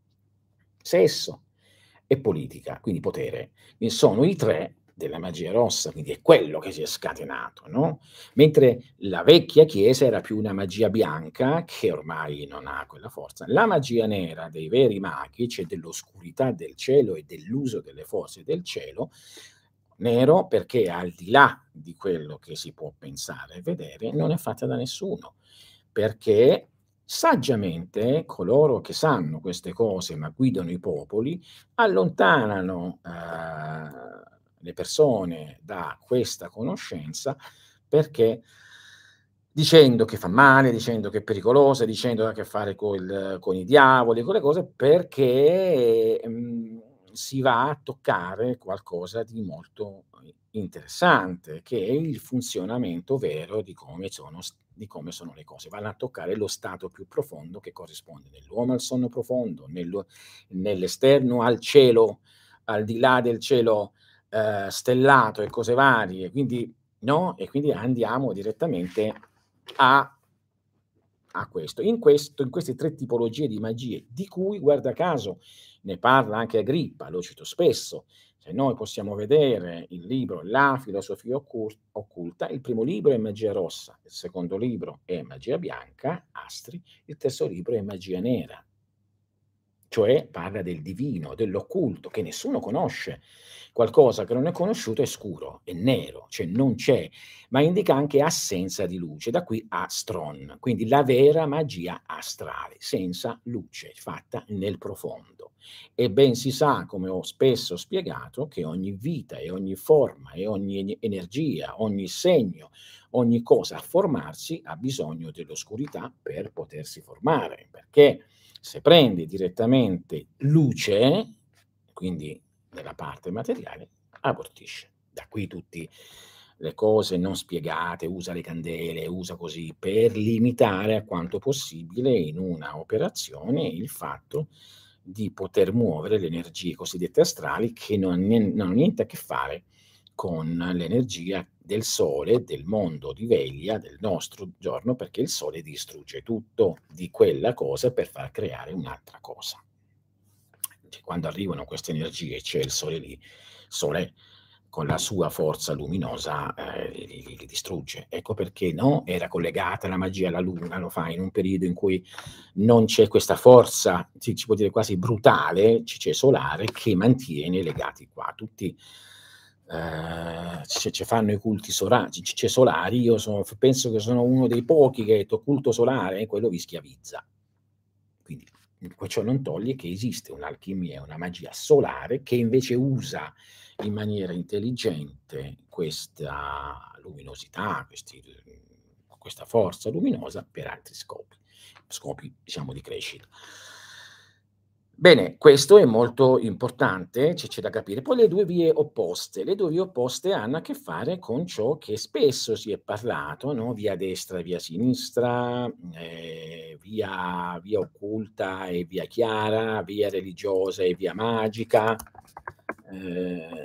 sesso e politica, quindi potere. Quindi sono i tre della magia rossa, quindi è quello che si è scatenato, no, mentre la vecchia chiesa era più una magia bianca, che ormai non ha quella forza. La magia nera dei veri maghi, cioè dell'oscurità del cielo e dell'uso delle forze del cielo, nero perché al di là di quello che si può pensare e vedere, non è fatta da nessuno, perché saggiamente coloro che sanno queste cose, ma guidano i popoli, allontanano, uhm, le persone da questa conoscenza, perché dicendo che fa male, dicendo che è pericolosa, dicendo che ha a che fare col con i diavoli, con le cose, perché, mhmm, si va a toccare qualcosa di molto i interessante, che è il funzionamento vero di come sono s di come sono le cose. Vanno a toccare lo stato più profondo che corrisponde nell'uomo al sonno profondo, nello nell'esterno al cielo, al di là del cielo, ehm, stellato e cose varie, quindi no, e quindi andiamo direttamente a a questo. In questo in queste tre tipologie di magie, di cui guarda caso ne parla anche Agrippa, lo cito spesso, se noi possiamo vedere il libro La filosofia occur occulta, il primo libro è magia rossa, il secondo libro è magia bianca, astri, il terzo libro è magia nera. Cioè parla del divino, dell'occulto, che nessuno conosce. Qualcosa che non è conosciuto è scuro, è nero, cioè non c'è, ma indica anche assenza di luce, da qui astron, quindi la vera magia astrale, senza luce, fatta nel profondo. E ben si sa, come ho spesso spiegato, che ogni vita e ogni forma e ogni ene energia, ogni segno, ogni cosa a formarsi ha bisogno dell'oscurità per potersi formare, perché se prendi direttamente luce, quindi nella parte materiale, abortisce. Da qui tutti le cose non spiegate, usa le candele, usa così, per limitare a quanto possibile in una operazione il fatto di poter muovere le energie cosiddette astrali, che non ne non hanno niente a che fare con l'energia del sole, del mondo di veglia, del nostro giorno, perché il sole distrugge tutto di quella cosa per far creare un'altra cosa. Cioè, quando arrivano queste energie, c'è il sole lì, il sole con la sua forza luminosa, ehm, li li li distrugge. Ecco perché, no, era collegata la magia alla luna, lo fa in un periodo in cui non c'è questa forza, si si può dire quasi brutale, ci c'è solare, che mantiene legati qua. Tutti, ehm, ce ce fanno i culti sora c c c'è solari, io so f penso che sono uno dei pochi che ha detto: "Culto solare", e quello vi schiavizza. Quindi, mhmm, ciò non toglie che esiste un'alchimia e una magia solare che invece usa in maniera intelligente questa luminosità, questi mhmm, questa forza luminosa per altri scopi, scopi diciamo di crescita. Bene, questo è molto importante, c c'è da capire. Poi le due vie opposte. Le due vie opposte hanno a che fare con ciò che spesso si è parlato, no, via destra e via sinistra, ehm, via via occulta e via chiara, via religiosa e via magica, ehm,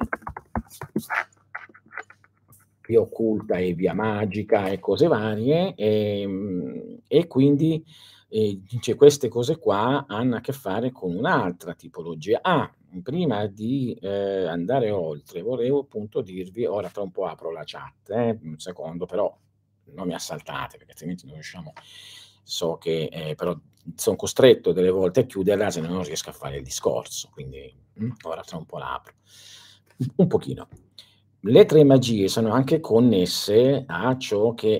via occulta e via magica e cose varie, ehm, e quindi, ehm, dice queste cose qua hanno a che fare con un'altra tipologia. Ah, prima di, ehm, andare oltre volevo appunto dirvi ora tra un po' apro la chat eh, un secondo, però non mi assaltate perché altrimenti non riusciamo so che, ehm, però son costretto delle volte a chiuderla se no non riesco a fare il discorso, quindi, mh, ora tra un po' la apro. Un un pochino. Le tre magie sono anche connesse a ciò che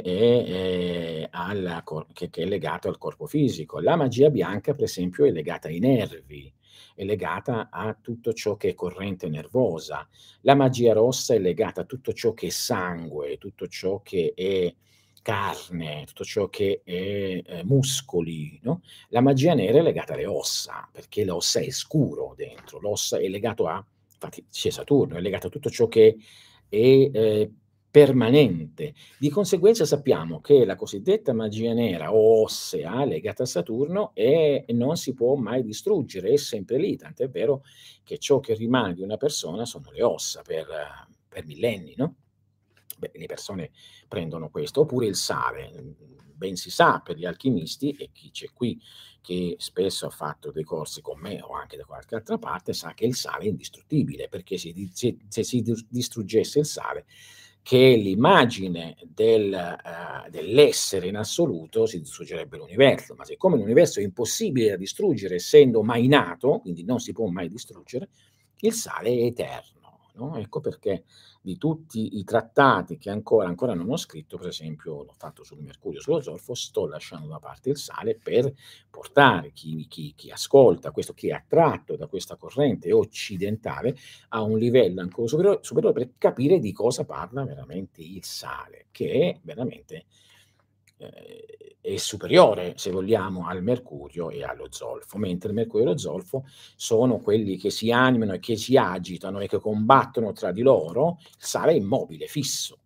è, ehm, alla cor che che è legato al corpo fisico. La magia bianca, per esempio, è legata ai nervi, è legata a tutto ciò che è corrente nervosa. La magia rossa è legata a tutto ciò che è sangue, tutto ciò che è carne, tutto ciò che è, ehm, muscoli, no, la magia nera è legata alle ossa, perché l'ossa è scuro dentro, l'ossa è legato a infatti c'è Saturno, è legato a tutto ciò che è, ehm, permanente. Di conseguenza sappiamo che la cosiddetta magia nera o ossea legata a Saturno è non si può mai distruggere, è sempre lì, tant'è vero che ciò che rimane di una persona sono le ossa per per millenni, no? Beh, le persone prendono questo, oppure il sale. Mhmm, ben si sa per gli alchimisti, e chi c'è qui che spesso ha fatto dei corsi con me o anche da qualche altra parte, sa che il sale è indistruttibile, perché se di se se si dis distruggesse il sale, che è l'immagine del ehm, dell'essere in assoluto, si distruggerebbe l'universo, ma siccome l'universo è impossibile da distruggere essendo mai nato, quindi non si può mai distruggere, il sale è eterno, no, ecco perché di tutti i trattati che ancora ancora non ho scritto, per esempio l'ho fatto sul mercurio, sullo zolfo, sto lasciando da parte il sale per portare chi chi chi ascolta questo, chi è attratto da questa corrente occidentale, a un livello ancora superiore superiore per capire di cosa parla veramente il sale, che è veramente, ehm, è superiore, se vogliamo, al mercurio e allo zolfo, mentre il mercurio e lo zolfo sono quelli che si animano e che si agitano e che combattono tra di loro, il sale è immobile, fisso.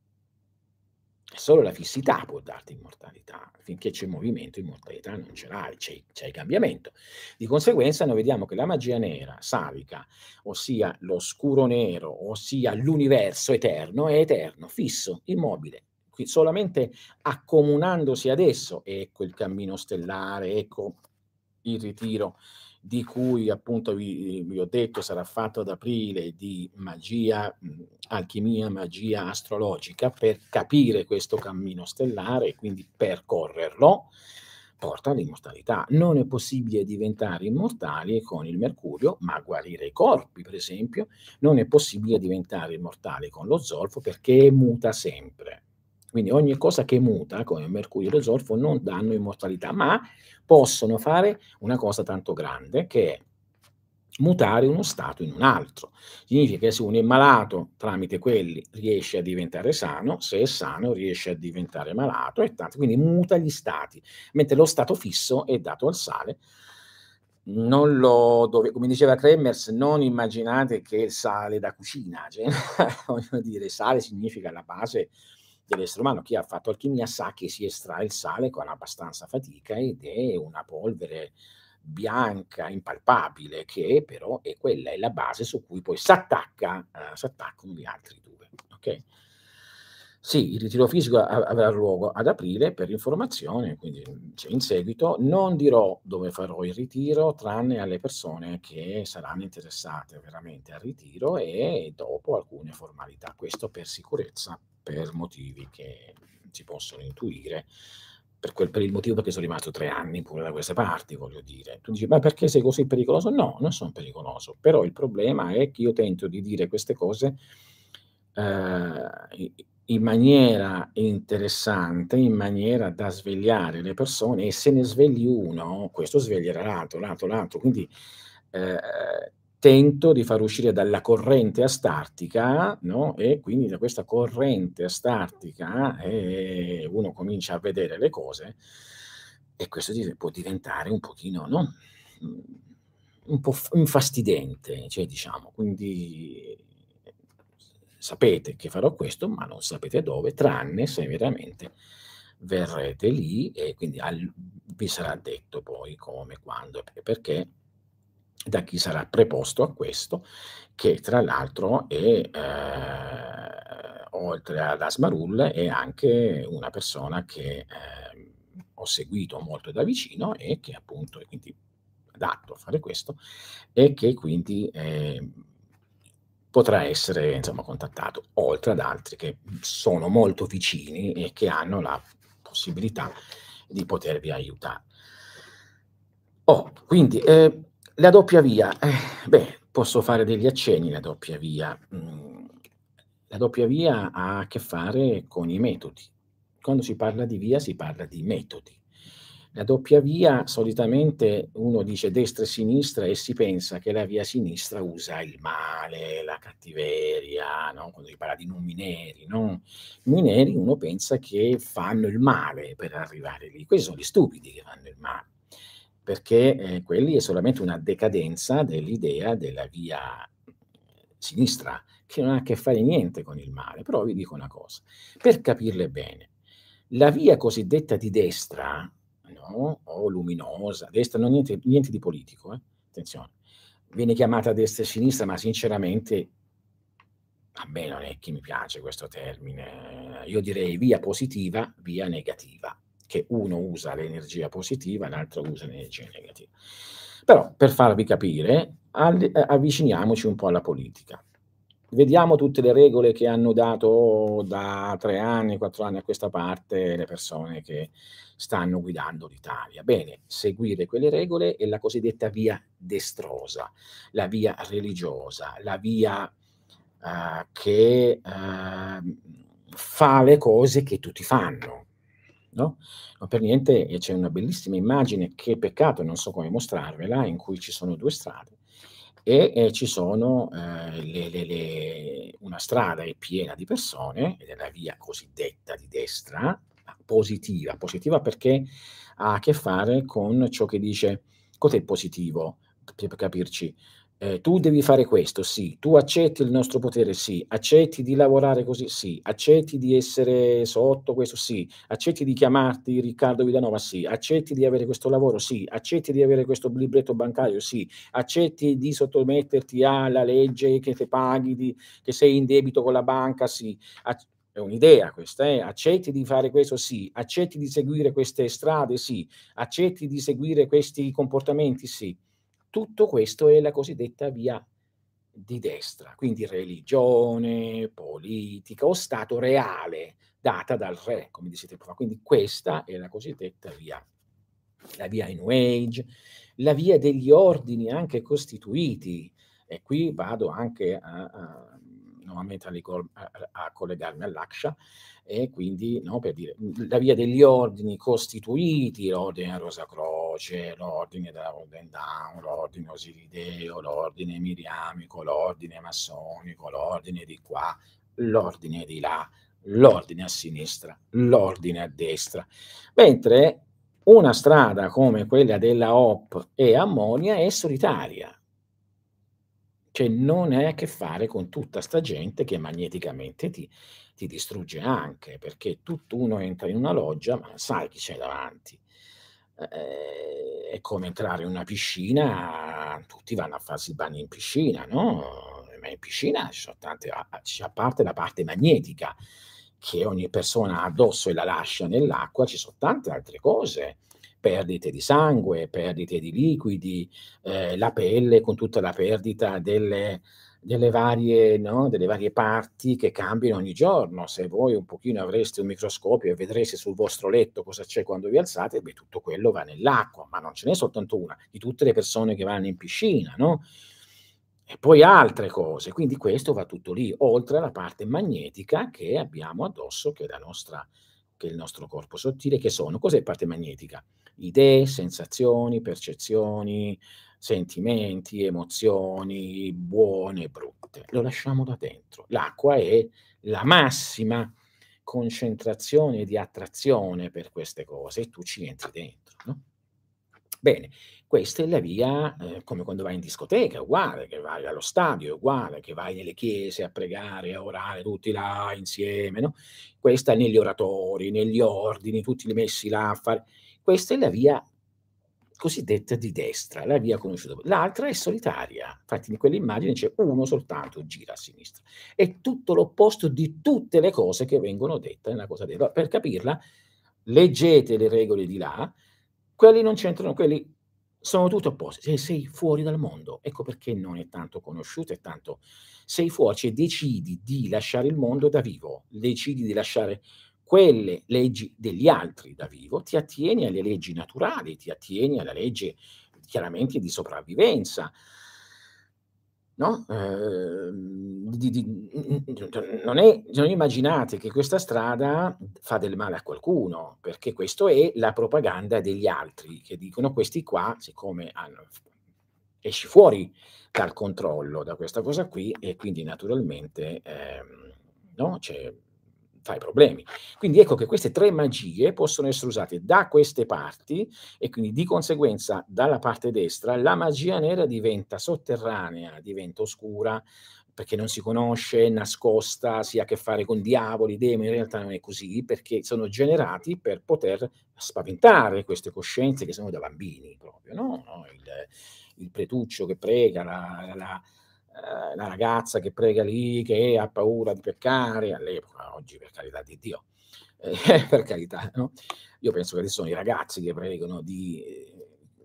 E solo la fissità può darti immortalità. Finché c'è movimento, immortalità non ce l'hai, c'è c'è il cambiamento. Di conseguenza noi vediamo che la magia nera, savica, ossia l'oscuro nero, ossia l'universo eterno, è eterno, fisso, immobile. Qui solamente accomunandosi ad esso, ecco il cammino stellare, ecco il ritiro di cui appunto vi vi ho detto sarà fatto ad aprile, di magia, mhmm, alchimia, magia astrologica, per capire questo cammino stellare e quindi percorrerlo, porta all'immortalità. Non è possibile diventare immortali con il mercurio, ma guarire i corpi, per esempio, non è possibile diventare immortali con lo zolfo perché muta sempre. Quindi ogni cosa che muta, come il mercurio e lo zolfo, non danno immortalità, ma possono fare una cosa tanto grande, che è mutare uno stato in un altro. Significa che se uno è malato, tramite quelli riesce a diventare sano, se è sano riesce a diventare malato e tanto quindi muta gli stati, mentre lo stato fisso è dato al sale. Non lo dove come diceva Kremers, non immaginate che il sale da cucina, cioè voglio dire, sale significa la base dell'essere umano. Chi ha fatto alchimia sa che si estrae il sale con abbastanza fatica ed è una polvere bianca, impalpabile, che però è quella, è la base su cui poi s'attacca ehm, s'attaccano gli altri due, okay? Sì, il ritiro fisico a avrà luogo ad aprile per informazione, quindi, mhmm, cioè in seguito non dirò dove farò il ritiro, tranne alle persone che saranno interessate veramente al ritiro e dopo alcune formalità. Questo per sicurezza, per motivi che si possono intuire, per quel per il motivo perché sono rimasto tre anni pure da queste parti, voglio dire. Tu dici: "Ma perché sei così pericoloso?" No, non son pericoloso, però il problema è che io tento di dire queste cose, ehm, i in maniera interessante, in maniera da svegliare le persone e se ne svegli uno, questo sveglierà l'altro, l'altro, l'altro. Quindi, ehm, tento di far uscire dalla corrente astartica, no, e quindi da questa corrente astartica, ehm, uno comincia a vedere le cose e questo div può diventare un pochino, no, mhmm, un po' f infastidente, cioè diciamo. Quindi sapete che farò questo, ma non sapete dove, tranne se veramente verrete lì e quindi al vi sarà detto poi come, quando e perché, da chi sarà preposto a questo, che tra l'altro è, ehm, oltre ad Asmarul, è anche una persona che, ehm, ho seguito molto da vicino e che appunto è quindi adatto a fare questo e che quindi, ehm, potrà essere insomma contattato, oltre ad altri che, mhmm, sono molto vicini e che hanno la possibilità di potervi aiuta Oh, quindi, ehm, la doppia via, eh, beh, posso fare degli accenni la doppia via. Mhmm, la doppia via ha a che fare con i metodi. Quando si parla di via si parla di metodi. La doppia via solitamente uno dice destra e sinistra e si pensa che la via sinistra usa il male, la cattiveria, no, quando si parla di numineri, no, numineri uno pensa che fanno il male per arrivare lì. Questi sono gli stupidi che fanno il male, perché, ehm, quelli è solamente una decadenza dell'idea della via, mhmm, sinistra, che non ha a che fare niente con il male. Però vi dico una cosa, per capirle bene, la via cosiddetta di destra, no, o luminosa, destra non niente niente di politico, eh, attenzione. Viene chiamata destra e sinistra, ma sinceramente a me non è che mi piace questo termine. Io direi via positiva, via negativa, che uno usa l'energia positiva, l'altro usa l'energia negativa. Però per farvi capire, al ehm, avviciniamoci un po' alla politica. Vediamo tutte le regole che hanno dato da tre anni, quattro anni a questa parte le persone che stanno guidando l'Italia. Bene, seguire quelle regole è la cosiddetta via destrosa, la via religiosa, la via, uhm, che, uhm, fa le cose che tutti fanno, no, non per niente e c'è una bellissima immagine, che peccato non so come mostrarvela, in cui ci sono due strade e, ehm, ci sono, ehm, le le le una strada è piena di persone ed è la via cosiddetta di destra, ma positiva. Positiva perché ha a che fare con ciò che dice cos'è il positivo? P per capirci, ehm, tu devi fare questo, sì, tu accetti il nostro potere, sì, accetti di lavorare così, sì, accetti di essere sotto questo, sì, accetti di chiamarti Riccardo Villanova, sì, accetti di avere questo lavoro, sì, accetti di avere questo libretto bancario, sì, accetti di sottometterti alla legge che te paghi di che sei in debito con la banca, sì, ac è un'idea questa, eh, accetti di fare questo, sì, accetti di seguire queste strade, sì, accetti di seguire questi comportamenti, sì. Tutto questo è la cosiddetta via di destra, quindi religione, politica o stato reale data dal re, come dice tempo fa. Quindi questa è la cosiddetta via la via New Age, la via degli ordini anche costituiti e qui vado anche a a nuovamente a ricol a a a collegarmi all'Aksha e quindi, no, per dire, mhmm, la via degli ordini costituiti, l'ordine a Rosa Croce, l'ordine della Golden Dawn, l'ordine Osirideo, l'ordine Miriamico, l'ordine massonico, l'ordine di qua, l'ordine di là, l'ordine a sinistra, l'ordine a destra. Mentre una strada come quella della Hop e Ammonia è solitaria. Cioè non hai a che fare con tutta 'sta gente che magneticamente ti ti distrugge anche, perché tutt'uno entra in una loggia, ma non sai chi c'è davanti. E ehm, è come entrare in una piscina, tutti vanno a farsi il bagno in piscina, no, ma in piscina ci so tante a a c a parte la parte magnetica che ogni persona ha addosso e la lascia nell'acqua, ci so tante altre cose, perdite di sangue, perdite di liquidi, ehm, la pelle con tutta la perdita delle delle varie no, delle varie parti che cambiano ogni giorno. Se voi un pochino avreste un microscopio e vedreste sul vostro letto cosa c'è quando vi alzate, beh, tutto quello va nell'acqua, ma non ce n'è soltanto una, di tutte le persone che vanno in piscina, no, e poi altre cose. Quindi questo va tutto lì, oltre alla parte magnetica che abbiamo addosso, che è la nostra che è il nostro corpo sottile, che sono cos'è parte magnetica? Idee, sensazioni, percezioni, sentimenti, emozioni, buone e brutte. Lo lasciamo da dentro. L'acqua è la massima concentrazione di attrazione per queste cose e tu ci entri dentro, no? Bene, questa è la via, ehm, come quando vai in discoteca, è uguale, che vai allo stadio, è uguale, che vai nelle chiese a pregare, a orare tutti là insieme, no, questa negli oratori, negli ordini, tutti li messi là a fare questa è la via cosiddetta di destra, la via conosciuta. L'altra è solitaria, infatti in quell'immagine c'è uno soltanto, gira a sinistra. È tutto l'opposto di tutte le cose che vengono dette nella cosa de per capirla, leggete le regole di là, quelli non c'entrano, quelli sono tutti opposti. Se sei fuori dal mondo, ecco perché non è tanto conosciuto e tanto sei fuori, cioè decidi di lasciare il mondo da vivo, decidi di lasciare quelle leggi degli altri da vivo, ti attieni alle leggi naturali, ti attieni alla legge chiaramente di sopravvivenza, no, ehm, di di mhmm, non è non immaginate che questa strada fa del male a qualcuno, perché questo è la propaganda degli altri, che dicono: "Questi qua siccome hanno f esci fuori dal controllo da questa cosa qui e quindi naturalmente, ehm, no, cioè fai problemi." Quindi ecco che queste tre magie possono essere usate da queste parti e quindi di conseguenza dalla parte destra la magia nera diventa sotterranea, diventa oscura, perché non si conosce, è nascosta, si ha a che fare con diavoli, demoni, in realtà non è così, perché sono generati per poter spaventare queste coscienze che sono da bambini proprio, no, no, il il pretuccio che prega, la la ehm, la ragazza che prega lì, che ha paura di peccare all'epoca, oggi per carità di Dio, eh, per carità, no, io penso che adesso sono i ragazzi che pregano di ehm,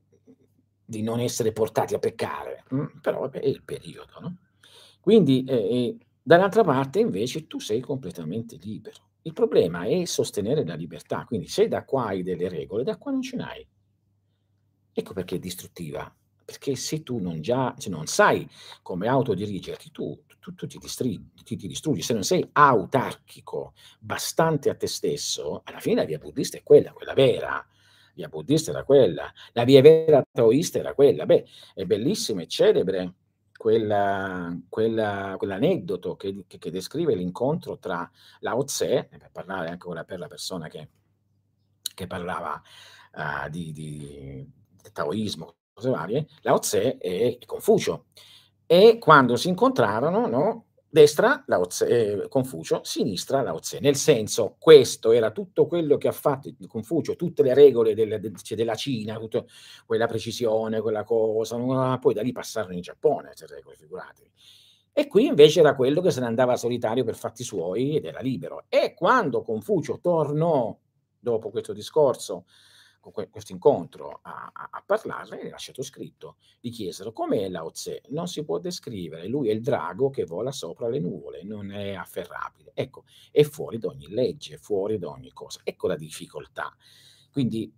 di non essere portati a peccare, mh, però vabbè è il periodo, no? Quindi, ehm, ehm, dall'altra parte invece tu sei completamente libero. Il problema è sostenere la libertà, quindi se da qua hai delle regole, da qua non ce n'hai. Ecco perché è distruttiva, perché se tu non già se non sai come autodirigerti tu tu tu ti distri ti ti distruggi. Se non sei autarchico, bastante a te stesso, alla fine la via buddista è quella, quella vera. Via buddista era quella. La via vera taoista era quella. Beh, è bellissimo, è celebre quella quella quell'aneddoto che che che descrive l'incontro tra Lao Tse, per parlare ancora per la persona che che parlava, uhm, di di taoismo, cose varie, Lao Tse e Confucio. E quando si incontrarono, no, destra Lao Tse ehm, Confucio, sinistra Lao Tse. Nel senso, questo era tutto quello che ha fatto il Confucio, tutte le regole del del cioè della Cina, tutto quella precisione, quella cosa, no, poi da lì passarono in Giappone 'ste regole, figuratevi. E qui invece era quello che se ne andava solitario per fatti suoi ed era libero. E quando Confucio tornò dopo questo discorso, con que questo incontro a a a parlarne, è lasciato scritto. Gli chiesero: "Com'è Lao Tse?" "Non si può descrivere, lui è il drago che vola sopra le nuvole, non è afferrabile." Ecco, è fuori da ogni legge, è fuori da ogni cosa. Ecco la difficoltà. Quindi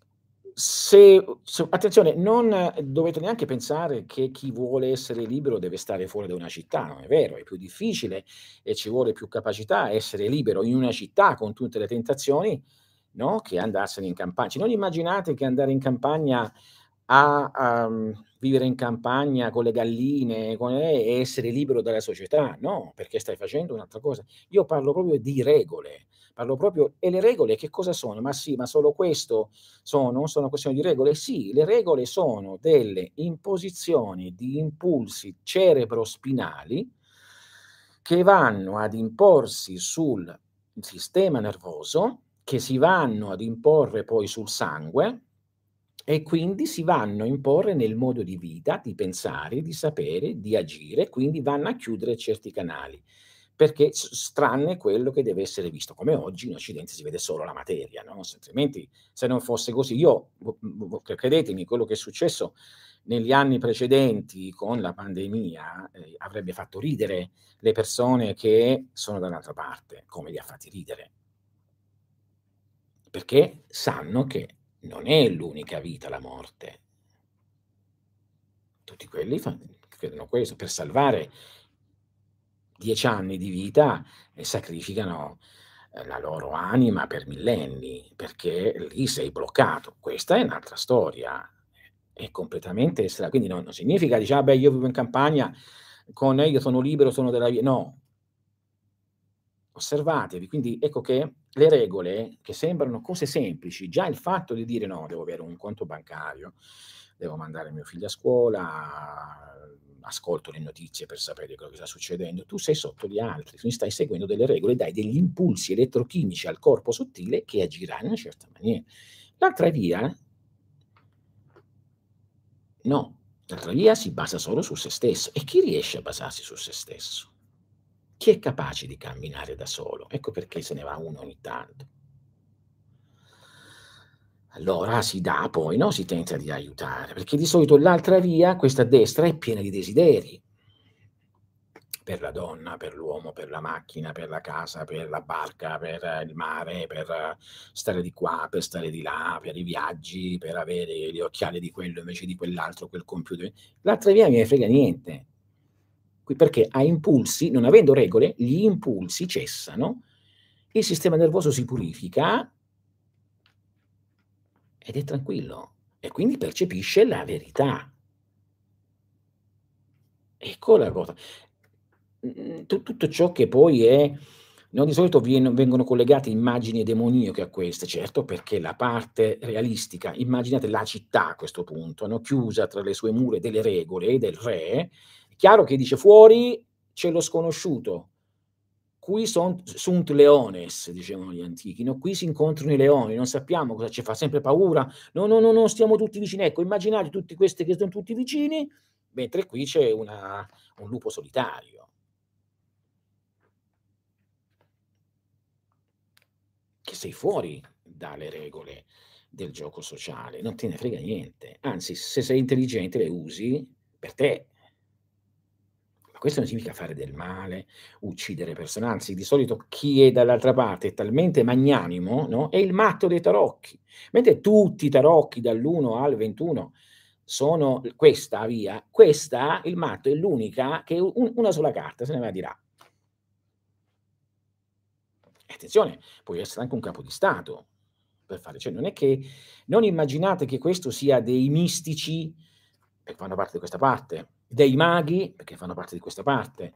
se se attenzione, non dovete neanche pensare che chi vuole essere libero deve stare fuori da una città, non è vero, è più difficile e ci vuole più capacità a essere libero in una città con tutte le tentazioni, no, che andarsene in campagna. Cioè non immaginate che andare in campagna a a mhmm, vivere in campagna con le galline, con eh, e essere libero dalla società. No, perché stai facendo un'altra cosa. Io parlo proprio di regole, parlo proprio e le regole che cosa sono? Ma sì, ma solo questo sono? Sono questioni di regole? Sì, le regole sono delle imposizioni di impulsi cerebrospinali che vanno ad imporsi sul sistema nervoso, che si vanno ad imporre poi sul sangue e quindi si vanno a imporre nel modo di vita, di pensare, di sapere, di agire, quindi vanno a chiudere certi canali. perché s s tranne quello che deve essere visto, come oggi in Occidente si vede solo la materia, no, se altrimenti se non fosse così io v v v credetemi, quello che è successo negli anni precedenti con la pandemia, ehm, avrebbe fatto ridere le persone che sono dall'altra parte, come li ha fatti ridere. Perché sanno che non è l'unica vita la morte. Tutti quelli fan credono questo, per salvare dieci anni di vita e sacrificano, ehm, la loro anima per millenni, perché lì sei bloccato. Questa è un'altra storia, è completamente estra quindi no non significa dice: "Ah beh, io vivo in campagna con io sono libero, sono della vie" no. Osservatevi, quindi ecco che le regole, che sembrano cose semplici, già il fatto di dire: "No, devo avere un conto bancario, devo mandare mio figlio a scuola, ascolto le notizie per sapere quello che sta succedendo", tu sei sotto gli altri, quindi stai seguendo delle regole, dai degli impulsi elettrochimici al corpo sottile che agirà in una certa maniera. L'altra via no, l'altra via si basa solo su se stesso. E chi riesce a basarsi su se stesso? Chi è capace di camminare da solo? Ecco perché se ne va uno ogni tanto. Allora si dà poi, no, si tenta di aiutare, perché di solito l'altra via, questa a destra, è piena di desideri. Per la donna, per l'uomo, per la macchina, per la casa, per la barca, per il mare, per stare di qua, per stare di là, per i viaggi, per avere gli occhiali di quello invece di quell'altro, quel computer. L'altra via me ne frega niente. Qui perché a impulsi, non avendo regole, gli impulsi cessano, il sistema nervoso si purifica ed è tranquillo e quindi percepisce la verità. Ecco la cosa. Mhmm, tu tutto ciò che poi è no, di solito vien vengono collegate immagini demoniache a queste, certo perché la parte realistica immaginate la città a questo punto, no, chiusa tra le sue mura delle regole del re, è chiaro che dice: "Fuori c'è lo sconosciuto, qui sont sunt leones", dicevano gli antichi, no, qui si incontrano i leoni, non sappiamo cosa ci fa sempre paura. No, no, no, no, stiamo tutti vicini. Ecco, immaginate tutti questi che son tutti vicini, mentre qui c'è una un lupo solitario. Che sei fuori dalle regole del gioco sociale, non te ne frega niente. Anzi, se sei intelligente le usi per te. Ma questo non significa fare del male, uccidere persone, anzi di solito chi è dall'altra parte è talmente magnanimo, no, è il matto dei tarocchi. Mentre tutti i tarocchi dall'uno al ventuno sono l questa via, questa il matto è l'unica che u una sola carta se ne va di là. E attenzione, puoi essere anche un capo di stato per fare cioè non è che non immaginate che questo sia dei mistici, che fanno parte di questa parte, dei maghi, perché fanno parte di questa parte,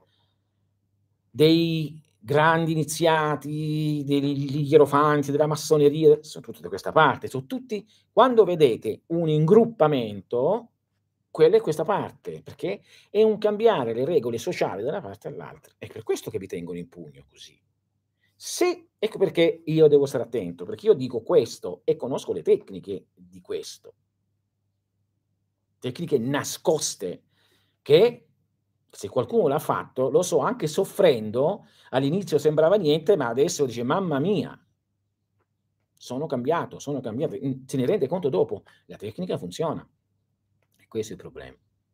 dei grandi iniziati, degli ierofanti, della massoneria, son tutti da questa parte, son tutti quando vedete un ingruppamento, quella è questa parte, perché è un cambiare le regole sociali da una parte all'altra. È per questo che vi tengono in pugno così. Se ecco perché io devo stare attento, perché io dico questo e conosco le tecniche di questo, tecniche nascoste che se qualcuno l'ha fatto, lo so anche soffrendo, all'inizio sembrava niente, ma adesso dice: "Mamma mia, sono cambiato, sono cambiato." Mhmm, se ne rende conto dopo, la tecnica funziona. E questo è il problema.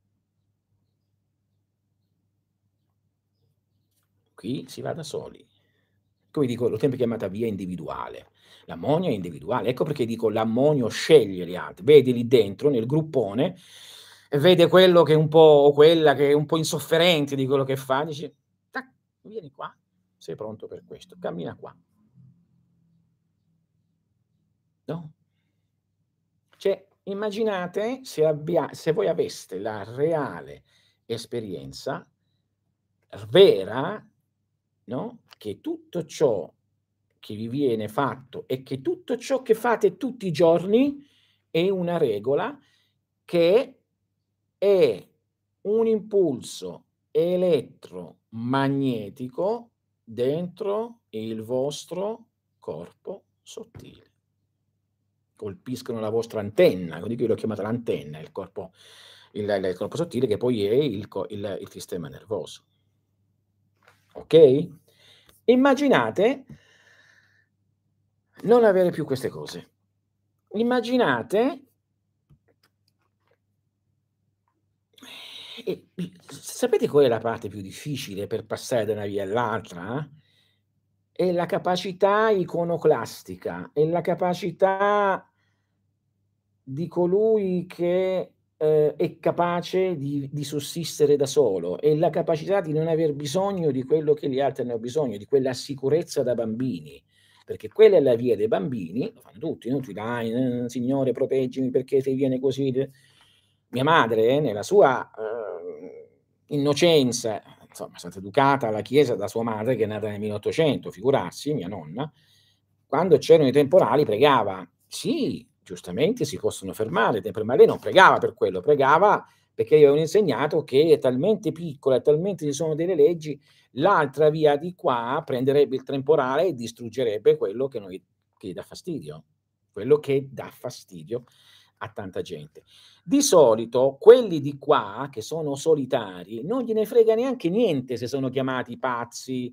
Qui si va da soli. Come dico, l'ho sempre chiamata via individuale. L'ammonio è individuale, ecco perché dico l'ammonio sceglie gli altri, vedi lì dentro nel gruppone e vede quello che è un po' o quella che è un po' insofferente di quello che fa, dici: "Tac, vieni qua, sei pronto per questo, cammina qua." No? Cioè, immaginate se abbia se voi aveste la reale esperienza r vera, no, che tutto ciò che vi viene fatto e che tutto ciò che fate tutti i giorni è una regola che è un impulso elettromagnetico dentro il vostro corpo sottile. Colpiscono la vostra antenna, così che io l'ho chiamata l'antenna, il corpo il il corpo sottile che poi è il co il il sistema nervoso. okay? Immaginate non avere più queste cose. Immaginate e i s sapete qual è la parte più difficile per passare da una via all'altra? È la capacità iconoclastica, è la capacità di colui che, ehm, è capace di di sussistere da solo, è la capacità di non aver bisogno di quello che gli altri hanno bisogno, di quella sicurezza da bambini, perché quella è la via dei bambini, lo fanno tutti, no, tu dai, eh, "Signore proteggimi perché se viene così d" mia madre nella sua, uhm, innocenza, insomma è stata educata alla chiesa da sua madre che è nata nel milleottocento, figurarsi, mia nonna, quando c'erano i temporali pregava. Sì, giustamente si possono fermare i temp ma lei non pregava per quello, pregava perché gli avevano insegnato che è talmente piccola e talmente ci sono delle leggi, l'altra via di qua prenderebbe il temporale e distruggerebbe quello che noi che gli dà fastidio, quello che dà fastidio a tanta gente. Di solito quelli di qua, che sono solitari, non gliene frega neanche niente se sono chiamati pazzi,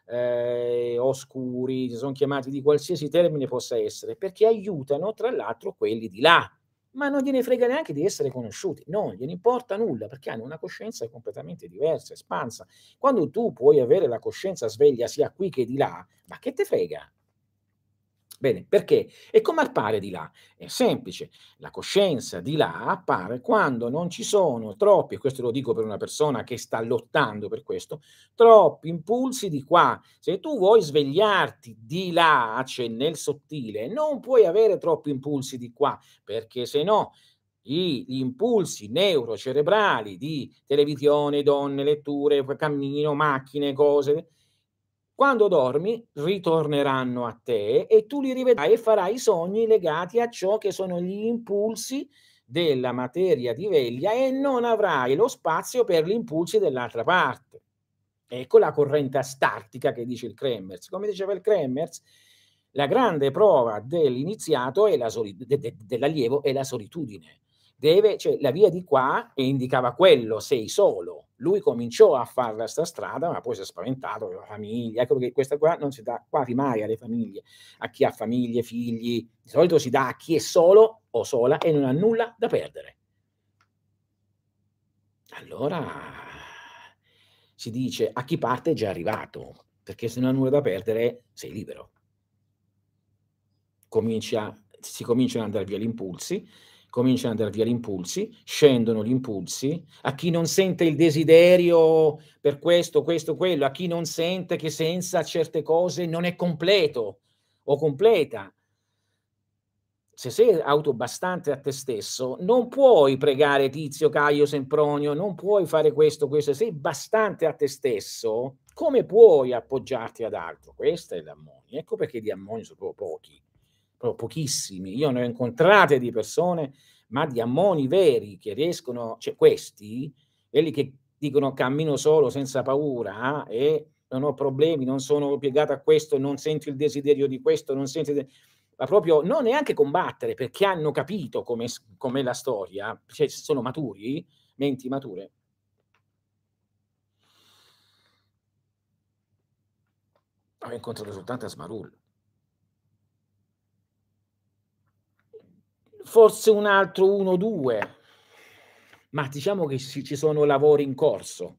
ehm, oscuri, se son chiamati di qualsiasi termine possa essere, perché aiutano tra l'altro quelli di là, ma non gliene frega neanche di essere conosciuti, non gliene importa nulla, perché hanno una coscienza completamente diversa, espansa. Quando tu puoi avere la coscienza sveglia sia qui che di là, ma che te frega? Bene, perché? E come appare di là? È semplice, la coscienza di là appare quando non ci sono troppi, e questo lo dico per una persona che sta lottando per questo, troppi impulsi di qua. Se tu vuoi svegliarti di là, cioè nel sottile, non puoi avere troppi impulsi di qua, perché se no i gli impulsi neurocerebrali di televisione, donne, letture, p cammino, macchine, cose quando dormi ritorneranno a te e tu li rivedrai e farai i sogni legati a ciò che sono gli impulsi della materia di veglia e non avrai lo spazio per gli impulsi dell'altra parte. Ecco la corrente astartica che dice il Kremers. Come diceva il Kremers, la grande prova dell'iniziato è la soli de de dell'allievo è la solitudine. Deve cioè la via di qua e indicava quello, sei solo. Lui cominciò a farla 'sta strada, ma poi s'è spaventato, aveva famiglia. Ecco perché questa qua non si dà quasi mai alle famiglie, a chi ha famiglie, figli. Di solito si dà a chi è solo o sola e non ha nulla da perdere. Allora si dice: "A chi parte è già arrivato", perché se non hai nulla da perdere sei libero. Comincia si cominciano ad andar via gli impulsi, cominciano ad andar via gli impulsi, scendono gli impulsi. A chi non sente il desiderio per questo, questo, quello, a chi non sente che senza certe cose non è completo o completa. Se sei autobastante a te stesso, non puoi pregare Tizio, Caio, Sempronio, non puoi fare questo, questo. Se sei bastante a te stesso, come puoi appoggiarti ad altro? Questa è l'ammoni. Ecco perché di ammoni so proprio pochi, proprio pochissimi. Io ne ho incontrate di persone, ma di ammoni veri che riescono cioè questi, quelli che dicono: "Cammino solo senza paura e non ho problemi, non sono piegato a questo, non sento il desiderio di questo, non sento il de" ma proprio non neanche combattere, perché hanno capito come s com'è la storia, cioè sono maturi, menti mature. Ho incontrato soltanto Asmarul. Forse un altro uno o due, ma diciamo che ci ci sono lavori in corso,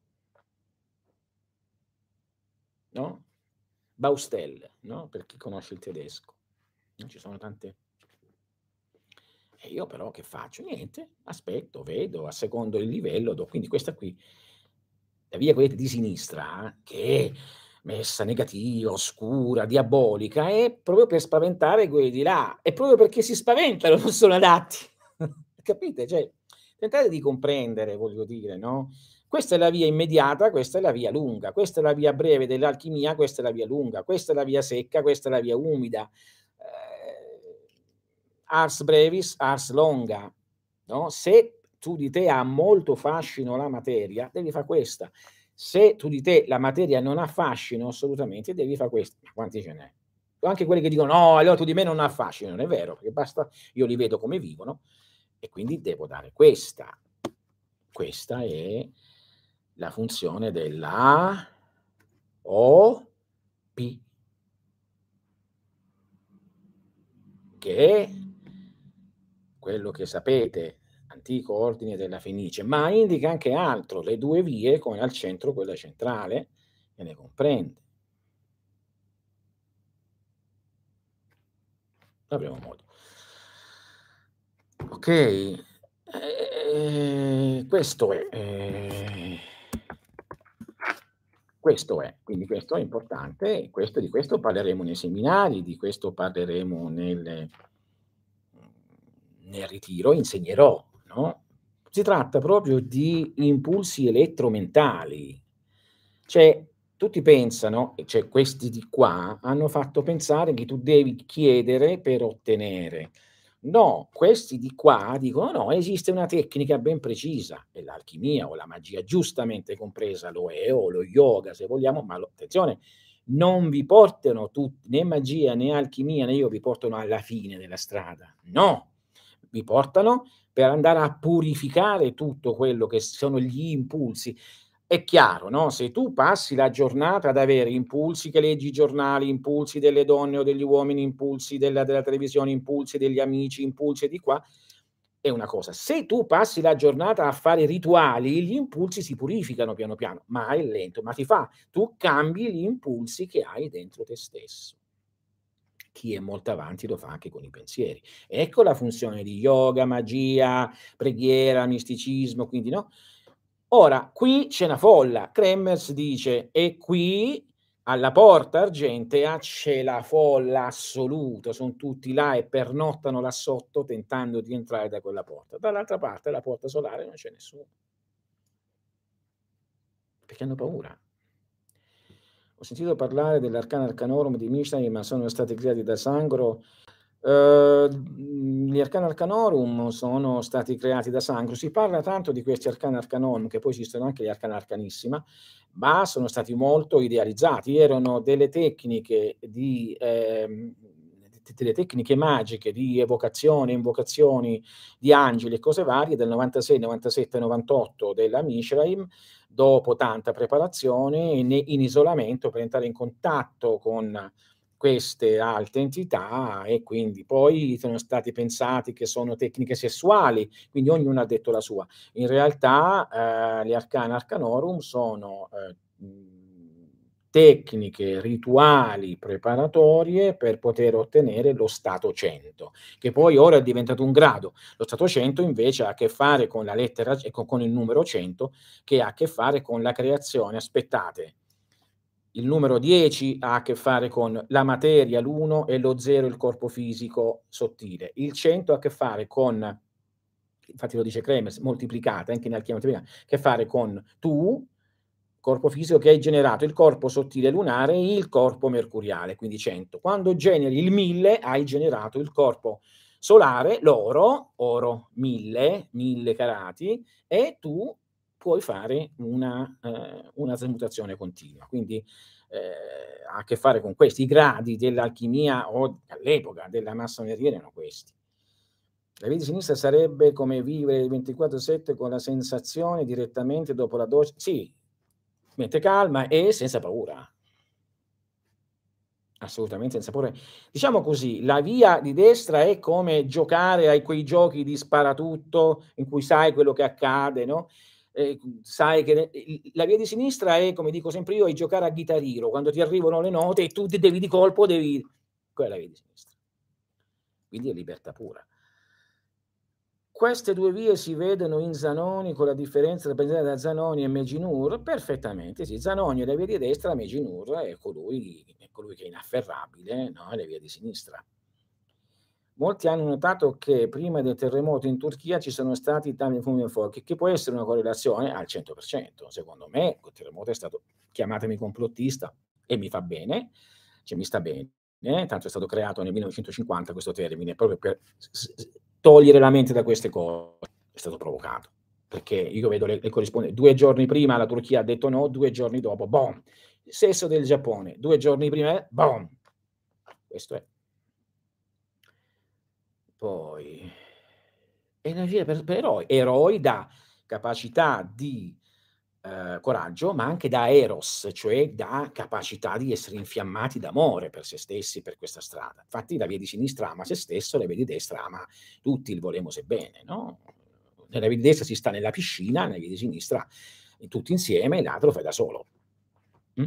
no, Baustelle, no, per chi conosce il tedesco. No, ci sono tante e io però che faccio? Niente, aspetto, vedo, assecondo il livello do quindi questa qui la via quella di sinistra, che è messa negativa, oscura, diabolica, è proprio per spaventare quelli di là, è proprio perché si spaventano, non sono adatti. Capite? Cioè, tentate di comprendere, voglio dire, no, questa è la via immediata, questa è la via lunga, questa è la via breve dell'alchimia, questa è la via lunga, questa è la via secca, questa è la via umida. Ehm, ars brevis, ars longa, no, se tu di te ha molto fascino la materia, devi fa' questa. Se tu di te la materia non ha fascino assolutamente, devi fa' questa. Ma quanti ce n'è? O anche quelli che dicono: "No, allora tu di me non ha fascino." Non è vero, perché basta io li vedo come vivono e quindi devo dare questa. Questa è la funzione della O P. Che è quello che sapete, antico ordine della Fenice, ma indica anche altro, le due vie con al centro quella centrale che ne comprende. Avremo modo. Okay, ehm, questo è, ehm questo è, quindi questo è importante e questo di questo parleremo nei seminari, di questo parleremo nel mhmm, nel ritiro, insegnerò, no, si tratta proprio di impulsi elettromentali. Cioè, tutti pensano, e cioè questi di qua, hanno fatto pensare che tu devi chiedere per ottenere. No, questi di qua dicono: "No, esiste una tecnica ben precisa", e l'alchimia o la magia giustamente compresa lo è, o lo yoga se vogliamo, ma lo attenzione, non vi portano tut né magia, né alchimia, né io vi portano alla fine della strada. No, vi portano per andare a purificare tutto quello che sono gli impulsi. È chiaro, no, se tu passi la giornata ad avere impulsi che leggi i giornali, impulsi delle donne o degli uomini, impulsi della della televisione, impulsi degli amici, impulsi di qua, è una cosa. Se tu passi la giornata a fare rituali, gli impulsi si purificano piano piano, ma è lento, ma ti fa tu cambi gli impulsi che hai dentro te stesso. Chi è molto avanti lo fa anche con i pensieri. Ecco la funzione di yoga, magia, preghiera, misticismo, quindi no, ora qui c'è una folla. Kremers dice: "E qui alla porta argentea c'è la folla assoluta, son tutti là e pernottano là sotto tentando di entrare da quella porta. Dall'altra parte, la porta solare, non c'è nessuno." Perché hanno paura. Ho sentito parlare dell'Arcana Arcanorum di Michelin, ma sono stati creati da Sangro. Uhm, mhmm, gli Arcana Arcanorum sono stati creati da Sangro. Si parla tanto di questi Arcana Arcanorum, che poi esistono anche gli Arcana Arcanissima, ma sono stati molto idealizzati. Erano delle tecniche di ehm, d delle tecniche magiche di evocazione, invocazioni di angeli e cose varie del novantasei, novantasette, novantotto della Michelin, dopo tanta preparazione in in isolamento per entrare in contatto con queste alte entità e quindi poi sono stati pensati che sono tecniche sessuali, quindi ognuno ha detto la sua. In realtà, ehm, gli Arcana Arcanorum sono, ehm, mhmm, tecniche rituali preparatorie per poter ottenere lo stato cento, che poi ora è diventato un grado. Lo stato cento invece ha a che fare con la lettera c co con il numero cento, che ha a che fare con la creazione aspettate, il numero dieci ha a che fare con la materia, l'uno e lo zero il corpo fisico sottile. Il cento ha a che fare con, infatti lo dice Kremers, moltiplicata, anche in alchimia moltiplicata, che ha a che fare con tu, corpo fisico che hai generato il corpo sottile lunare e il corpo mercuriale, quindi cento. Quando generi il mille hai generato il corpo solare, l'oro, oro mille, mille carati, e tu puoi fare una ehm, una trasmutazione continua. Quindi, ehm, ha a che fare con questi. I gradi dell'alchimia o all'epoca della massoneria erano questi. La via di sinistra sarebbe come vivere il ventiquattro sette con la sensazione direttamente dopo la doccia, sì, mente calma e senza paura. Assolutamente senza paura. Diciamo così, la via di destra è come giocare ai quei giochi di sparatutto in cui sai quello che accade, no, ehm, sai che ne i i la via di sinistra è, come dico sempre io, è giocare a Guitar Hero, quando ti arrivano le note e tu d devi di colpo devi, quella è la via di sinistra. Quindi è libertà pura. Queste due vie si vedono in Zanoni con la differenza rappresentata da Zanoni e Meghinoor? Perfettamente sì. Zanoni è la via di destra, Meghinoor è colui è colui che è inafferrabile, no, è la via di sinistra. Molti hanno notato che prima del terremoto in Turchia ci sono stati tanti fumi e fuochi, che può essere una correlazione al cento per cento. Secondo me quel terremoto è stato, chiamatemi complottista e mi fa bene, cioè mi sta bene, tanto è stato creato nel millenovecentocinquanta questo termine, proprio per s s s togliere la mente da queste cose. È stato provocato, perché io vedo le le corrisponde due giorni prima la Turchia ha detto no, due giorni dopo boom. Stesso del Giappone, due giorni prima, eh, boom. Questo è. Poi energia per per eroi, eroi da capacità di, ehm, coraggio, ma anche da eros, cioè da capacità di essere infiammati d'amore per se stessi, per questa strada. Infatti la via di sinistra ama se stesso, la via di destra ama tutti il volemos e bene, no, nella via di destra si sta nella piscina, nella via di sinistra tutti insieme, l'altro lo fai da solo. Mh?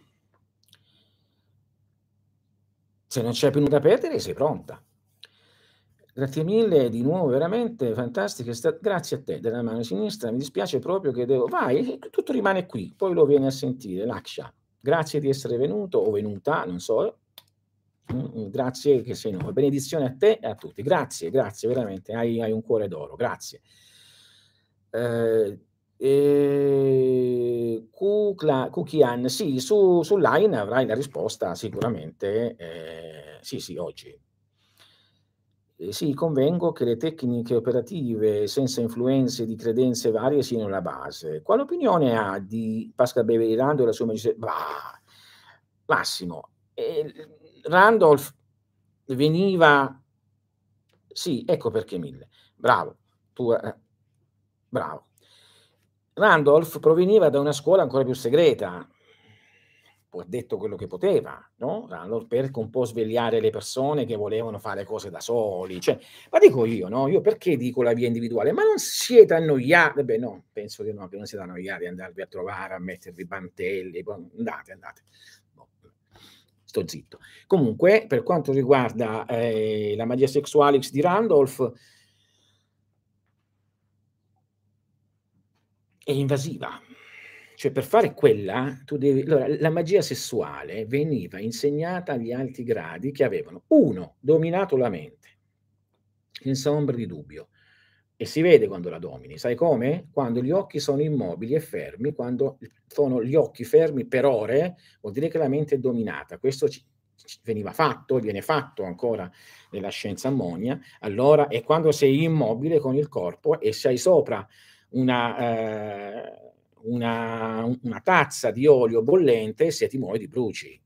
Se non c'è più nulla da perdere, sei pronta. Grazie mille di nuovo, veramente fantastico, è sta grazie a te della mano sinistra, mi dispiace proprio che devo vai, tutto rimane qui, poi lo vieni a sentire, Laksha. Grazie di essere venuto o venuta, non so. Mh-mh, grazie che sei nuovo. Benedizione a te e a tutti. Grazie, grazie veramente, hai hai un cuore d'oro, grazie. Ehm, ehm, Kukla Kukian, sì, su su Line avrai la risposta sicuramente, ehm, sì, sì, oggi. Ehm, sì, convengo che le tecniche operative senza influenze di credenze varie siano la base. Quale opinione ha di Pascal Beverly Randall e la sua magice bah, Massimo, ehm, Randolph veniva sì, ecco perché mille. Bravo, tu eh, bravo. Randolph proveniva da una scuola ancora più segreta. Poi ha detto quello che poteva, no, Randolph per un po' svegliare le persone che volevano fare cose da soli, cioè ma dico io, no, io perché dico la via individuale? Ma non siete annoia eh beh no, penso di no, che non siete annoiati ad andarvi a trovare, a mettervi mantelli, poi andate, andate. Boh, sto zitto. Comunque, per quanto riguarda, ehm, la magia sexualix di Randolph è invasiva. Cioè per fare quella tu devi allora la magia sessuale veniva insegnata agli alti gradi che avevano: uno dominato la mente, senza ombra di dubbio, e si vede quando la domini. Sai come? Quando gli occhi sono immobili e fermi, quando sono gli occhi fermi per ore, vuol dire che la mente è dominata. Questo ci ci veniva fatto, viene fatto ancora nella scienza ammonia. Allora e quando sei immobile con il corpo e c'hai sopra una ehm, una una tazza di olio bollente, se ti muovi ti bruci.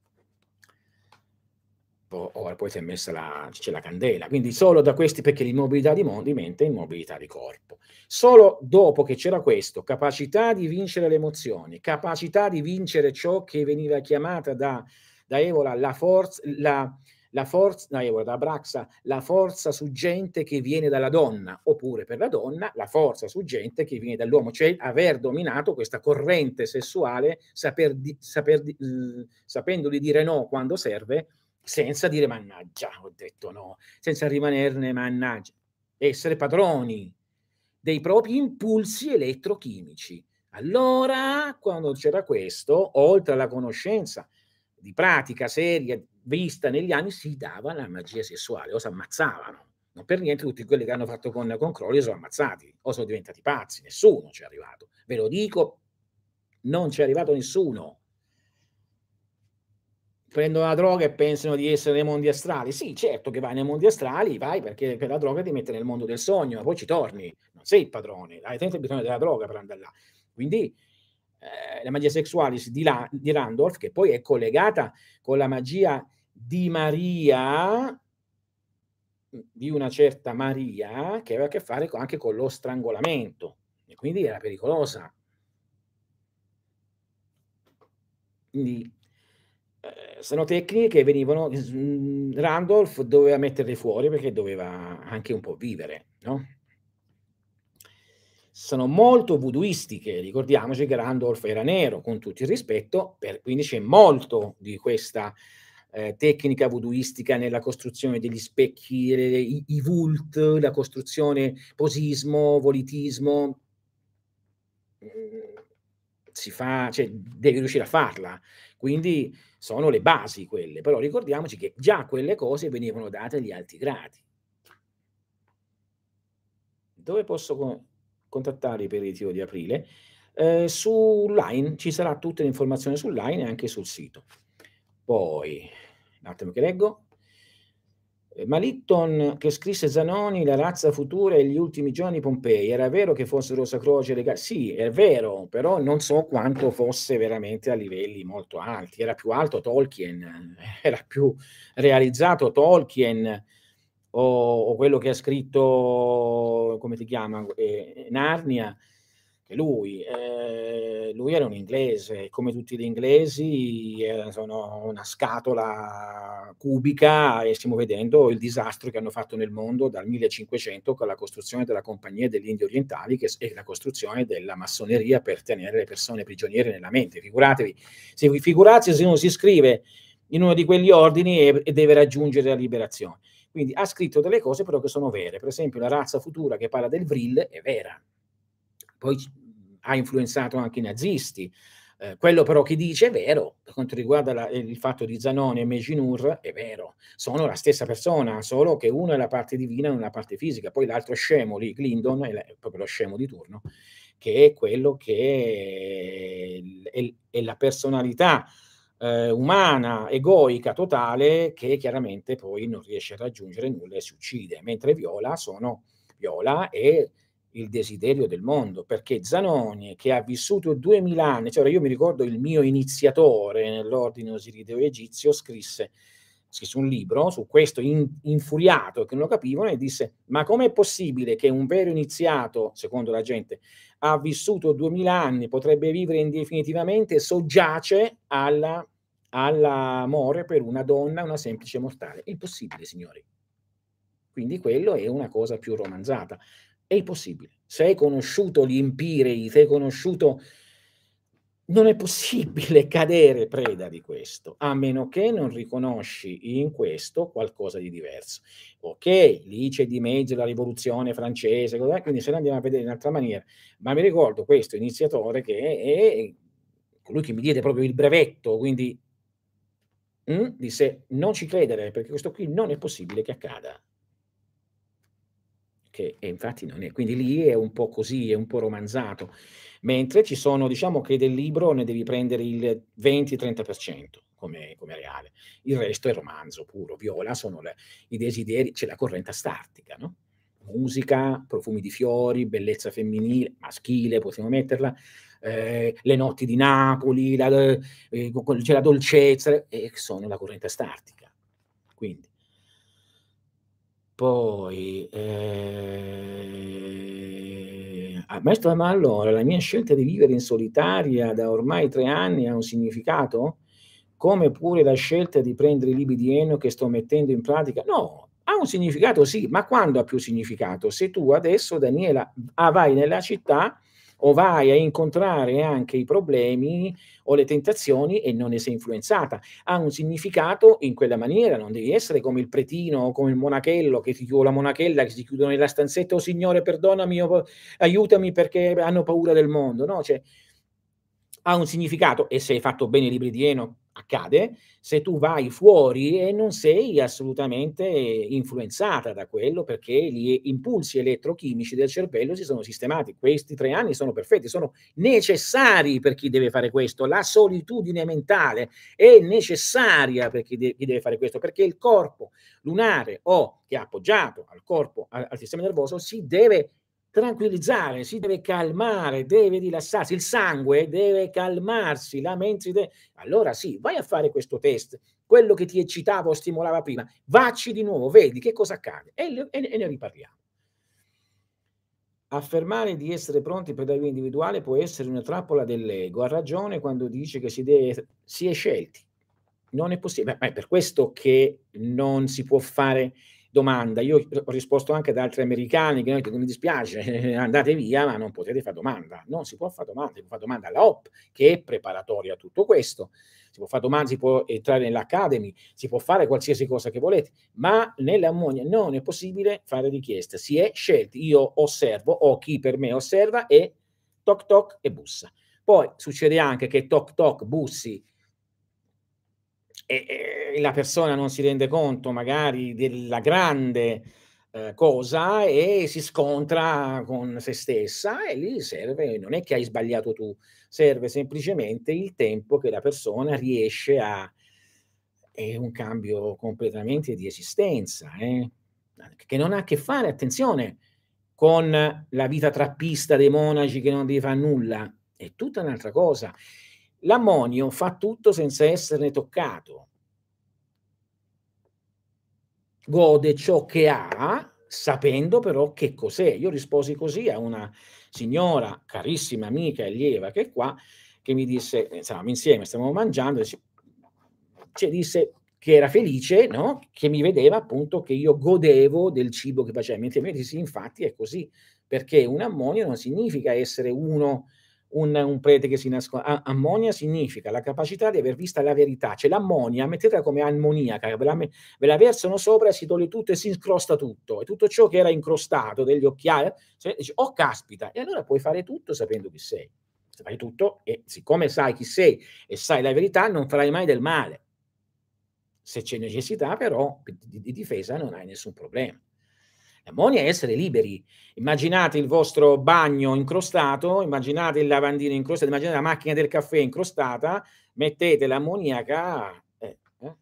O ora poi si è messa la c'è la candela, quindi solo da questi perché l'immobilità di mo di mente è immobilità di corpo. Solo dopo che c'era questo, capacità di vincere le emozioni, capacità di vincere ciò che veniva chiamata da da Evola la forz la la forz da Evola, da Abraxa, la forza suggente che viene dalla donna, oppure per la donna la forza suggente che viene dall'uomo, cioè aver dominato questa corrente sessuale, saper di saper di mhmm, sapendo di dire no quando serve senza dire: "Mannaggia, ho detto no", senza rimanerne "mannaggia", essere padroni dei propri impulsi elettrochimici. Allora, quando c'era questo, oltre alla conoscenza di pratica seria vista negli anni, si dava la magia sessuale o s'ammazzavano. Non per niente tutti quelli che hanno fatto con con Crowley sono ammazzati o sono diventati pazzi, nessuno c'è arrivato. Ve lo dico, non c'è arrivato nessuno. Prendono la droga e pensano di essere nei mondi astrali. Sì, certo che vai nei mondi astrali, vai perché per la droga ti mette nel mondo del sogno, ma poi ci torni. Non sei il padrone, hai sempre bisogno della droga per andar là. Quindi, ehm, la magia sexualis di la di Randolph, che poi è collegata con la magia di Maria, mhmm, di una certa Maria, che aveva a che fare co anche con lo strangolamento e quindi era pericolosa. Quindi, ehm, sono tecniche che venivano s mhmm, Randolph doveva metterle fuori perché doveva anche un po' vivere, no? Sono molto voodooistiche, ricordiamoci che Randolph era nero, con tutto il rispetto, per quindi c'è molto di questa, ehm, tecnica voodooistica nella costruzione degli specchi, le i i vult, la costruzione posismo, volitismo. Mhmm, si fa cioè devi riuscire a farla. Quindi sono le basi quelle, però ricordiamoci che già quelle cose venivano date agli alti gradi. Dove posso co contattare per il ritiro di aprile? Ehm, su Line, ci sarà tutte le informazioni su Line e anche sul sito. Poi, un attimo che leggo. Ehm, ma Litton che scrisse Zanoni, La razza futura e gli ultimi giorni di Pompei, era vero che fossero Rosa Croce lega sì, è vero, però non so quanto fosse veramente a livelli molto alti. Era più alto Tolkien, era più realizzato Tolkien o o quello che ha scritto come si chiama, ehm, Narnia, anche lui. Ehm, lui era un inglese, come tutti gli inglesi, ehm, sono una scatola cubica e stiamo vedendo il disastro che hanno fatto nel mondo dal millecinquecento con la costruzione della Compagnia delle Indie Orientali che s e la costruzione della massoneria per tenere le persone prigioniere nella mente. Figuratevi se vi figurarsi se uno si iscrive in uno di quegli ordini e e deve raggiungere la liberazione. Quindi ha scritto delle cose però che sono vere. Per esempio la razza futura che parla del Vril è vera. Poi c mhmm, ha influenzato anche i nazisti. Ehm, quello però che dice è vero, per quanto riguarda la ehm, il fatto di Zanoni e Mejinour è vero. Sono la stessa persona, solo che uno è la parte divina e uno è la parte fisica. Poi l'altro scemo lì, Clinton, è la è proprio lo scemo di turno, che è quello che l è l è la personalità, ehm, umana, egoica, totale, che chiaramente poi non riesce a raggiungere nulla e si uccide, mentre Viola sono Viola è il desiderio del mondo, perché Zanoni che ha vissuto duemila anni cioè ora io mi ricordo il mio iniziatore nell'ordine osirideo egizio scrisse scrisse un libro su questo in infuriato che non lo capivano e disse: "Ma com'è possibile che un vero iniziato, secondo la gente, ha vissuto duemila anni, potrebbe vivere indefinitivamente, soggiace alla all'amore per una donna, una semplice mortale. È impossibile signori. Quindi quello è una cosa più romanzata. È impossibile. Se hai conosciuto gli Empirei, se hai conosciuto non è possibile cadere preda di questo, a meno che non riconosci in questo qualcosa di diverso. Okay, lì c'è di mezzo la rivoluzione francese, cos'è, quindi se noi andiamo a vedere in un'altra maniera, ma mi ricordo questo iniziatore che è colui che mi diede proprio il brevetto, quindi mh, disse: "Non ci credere, perché questo qui non è possibile che accada." Che e infatti non è quindi lì è un po' così, è un po' romanzato. Mentre ci sono diciamo che del libro ne devi prendere il venti, trenta per cento come come reale. Il resto è romanzo puro. Viola sono le i desideri c'è la corrente astartica, no, musica, profumi di fiori, bellezza femminile maschile possiamo metterla, ehm, le notti di Napoli, la l ehm, co col c'è la dolcezza, e sono la corrente astartica. Quindi poi, ehm, a maestro ma allora la mia scelta di vivere in solitaria da ormai tre anni ha un significato? Come pure la scelta di prendere i libri di Eno che sto mettendo in pratica? No, ha un significato sì, ma quando ha più significato? Se tu adesso Daniela, ah, vai nella città o vai a incontrare anche i problemi o le tentazioni e non ne sei influenzata. Ha un significato in quella maniera, non devi essere come il pretino o come il monachello che si chiu o la monachella che si chiudono nella stanzetta: "Oh Signore perdonami, o aiutami perché hanno paura del mondo." No, cioè ha un significato e se hai fatto bene i libri di Eno accade, se tu vai fuori e non sei assolutamente influenzata da quello, perché gli impulsi elettrochimici del cervello si sono sistemati. Questi tre anni sono perfetti, sono necessari per chi deve fare questo. La solitudine mentale è necessaria per chi de chi deve fare questo, perché il corpo lunare o che è appoggiato al corpo a al sistema nervoso si deve tranquillizzare, si deve calmare, deve rilassarsi, il sangue deve calmarsi, la mente si de allora sì, vai a fare questo test, quello che ti eccitava o stimolava prima, vacci di nuovo, vedi che cosa accade e l e ne e ne riparliamo. Affermare di essere pronti per la via individuale può essere una trappola dell'ego. Ha ragione quando dice che si deve si è scelti. Non è possi beh, ma è per questo che non si può fare domanda. Io r ho risposto anche ad altri americani che hanno detto: "Mi dispiace, andate via, ma non potete fa' domanda." Non si può fa' domanda, si può fa' domanda alla O P, che è preparatoria a tutto questo. Si può fa' domanda, si può entrare nell'Academy, si può fare qualsiasi cosa che volete, ma nella monia non è possibile fare richiesta. Si è scelti. Io osservo, o chi per me osserva e toc toc e bussa. Poi succede anche che toc toc, bussi e e la persona non si rende conto magari della grande, ehm, cosa e si scontra con se stessa e lì serve non è che hai sbagliato tu, serve semplicemente il tempo che la persona riesce a è un cambio completamente di esistenza, eh, che non ha a che fare, attenzione, con la vita trappista dei monaci che non devi fa' nulla, è tutta un'altra cosa. L'ammonio fa tutto senza esserne toccato. Gode ciò che ha sapendo però che cos'è. Io risposi così a una signora carissima, amica e allieva che è qua, che mi disse ehm, stavamo insieme, stavamo mangiando, dice cioè disse che era felice, no, che mi vedeva appunto che io godevo del cibo che faceva, mentre me dissi: "Infatti è così, perché un ammonio non significa essere uno un un prete che si nasco a ammonia significa la capacità di aver vista la verità, cioè l'ammonia mettetela come ammoniaca, ve la me ve la versano sopra e si toglie tutto e si incrosta tutto, e tutto ciò che era incrostato, degli occhiali, cioè dici: "Oh caspita!" E allora puoi fare tutto sapendo chi sei. Se fai tutto e siccome sai chi sei e sai la verità, non farai mai del male. Se c'è necessità però p di di difesa non hai nessun problema. L'ammonia è essere liberi. Immaginate il vostro bagno incrostato, immaginate il lavandino incrostato, immaginate la macchina del caffè incrostata, mettete l'ammoniaca eh, eh.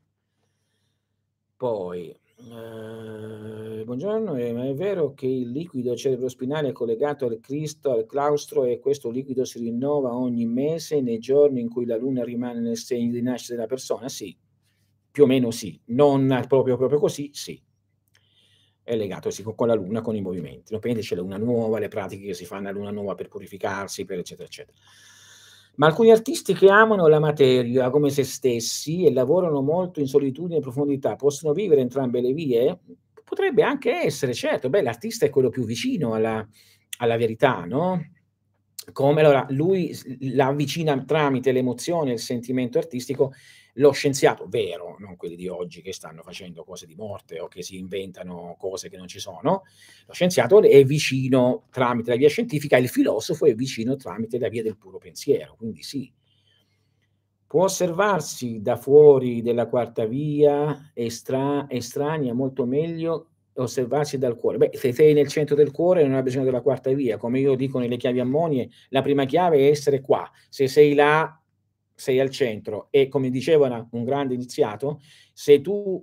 Poi, ehm, buongiorno, ehm, ma è vero che il liquido cerebrospinale è collegato al cristo al claustro e questo liquido si rinnova ogni mese nei giorni in cui la luna rimane nel segno di nascita della persona? Sì, più o meno sì, non proprio proprio così, sì. È legato sì, co con la luna, con i movimenti. Dopende c'è la luna nuova, le pratiche che si fanno a luna nuova per purificarsi, per eccetera, eccetera. Ma alcuni artisti che amano la materia come se stessi e lavorano molto in solitudine e profondità, possono vivere entrambe le vie? Potrebbe anche essere, certo. Beh, l'artista è quello più vicino alla alla verità, no, come allora lui s la avvicina tramite l'emozione e il sentimento artistico, lo scienziato vero, non quelli di oggi che stanno facendo cose di morte o che si inventano cose che non ci sono. Lo scienziato è vicino tramite la via scientifica, il filosofo è vicino tramite la via del puro pensiero, quindi sì. Può osservarsi da fuori della quarta via, estra estranea molto meglio osservarsi dal cuore. Beh, se sei nel centro del cuore non hai bisogno della quarta via, come io dico nelle chiavi ammonie, la prima chiave è essere qua. Se sei là, sei al centro e come diceva un grande iniziato, se tu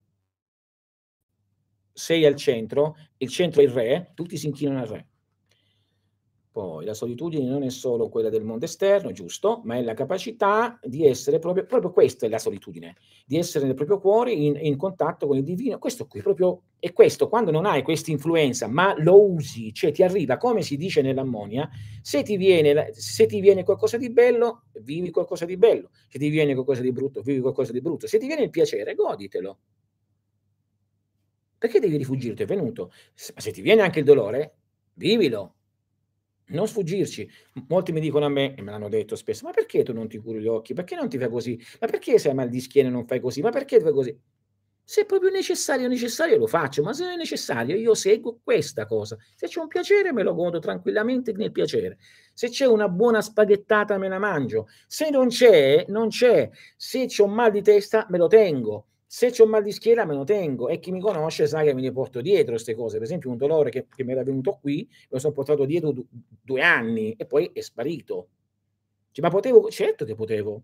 sei al centro, il centro è il re, tutti si inchinano al re. Poi la solitudine non è solo quella del mondo esterno, giusto, ma è la capacità di essere proprio proprio questa è la solitudine, di essere nel proprio cuore in in contatto con il divino. Questo qui proprio è questo, quando non hai quest'influenza, ma lo usi, cioè ti arriva, come si dice nell'ammonia, se ti viene la se ti viene qualcosa di bello, vivi qualcosa di bello, se ti viene qualcosa di brutto, vivi qualcosa di brutto, se ti viene il piacere, goditelo. Perché devi rifuggirti? È venuto. S ma se ti viene anche il dolore, vivilo. Non sfuggirci. M molti mi dicono a me, e me l'hanno detto spesso: "Ma perché tu non ti curi gli occhi? Perché non ti fai così? Ma perché se hai mal di schiena non fai così? Ma perché fai così?" Se è proprio necessario, necessario lo faccio, ma se non è necessario io seguo questa cosa. Se c'è un piacere me lo godo tranquillamente nel piacere. Se c'è una buona spaghettata me la mangio. Se non c'è, non c'è. Se c'ho mal di testa me lo tengo. Se c'ho mal di schiena me lo tengo e chi mi conosce sa che me le porto dietro 'ste cose. Per esempio un dolore che che m'era venuto qui, me lo son portato dietro du due anni e poi è sparito. Dici: "Ma potevo" certo che potevo.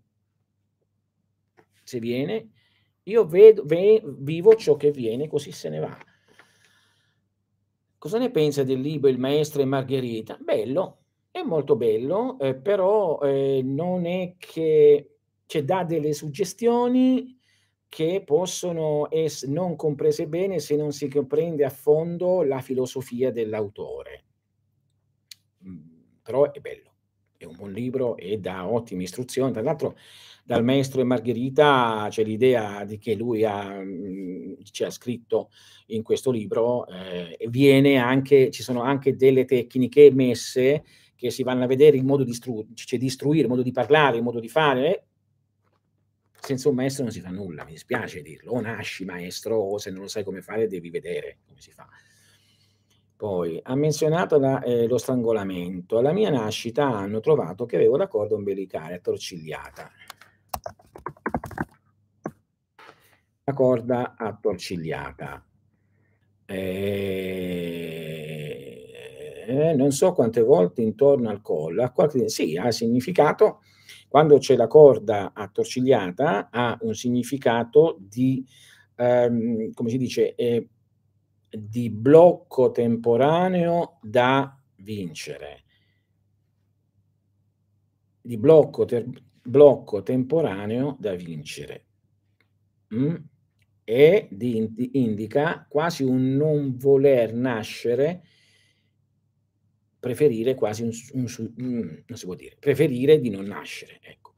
Se viene, io vedo ve vivo ciò che viene, così se ne va. Cosa ne pensa del libro Il maestro e Margherita? Bello, è molto bello, ehm, però, ehm, non è che cioè dà delle suggestioni che possono ess non comprese bene se non si comprende a fondo la filosofia dell'autore. Mhmm, però è bello. È un buon libro e dà ottime istruzioni. Tra l'altro dal Maestro e Margherita c'è l'idea di che lui ha mhmm, ci ha scritto in questo libro, ehm, e viene anche ci sono anche delle tecniche messe che si vanno a vedere in modo di stru cioè di istruire, il modo di parlare, il modo di fare, eh senza un maestro non si fa nulla, mi dispiace dirlo. O nasci maestro o se non lo sai come fare devi vedere come si fa. Poi ha menzionato la ehm, lo strangolamento. Alla mia nascita hanno trovato che avevo la corda ombelicale attorcigliata. La corda attorcigliata. Ehm, non so quante volte intorno al collo, ha qualche sì, ha significato quando c'è la corda attorcigliata ha un significato di, ehm, come si dice, ehm, di blocco temporaneo da vincere. Di blocco ter blocco temporaneo da vincere. Mh? e di indi indica quasi un non voler nascere, preferire quasi un s un su mhmm, non si può dire, preferire di non nascere, ecco.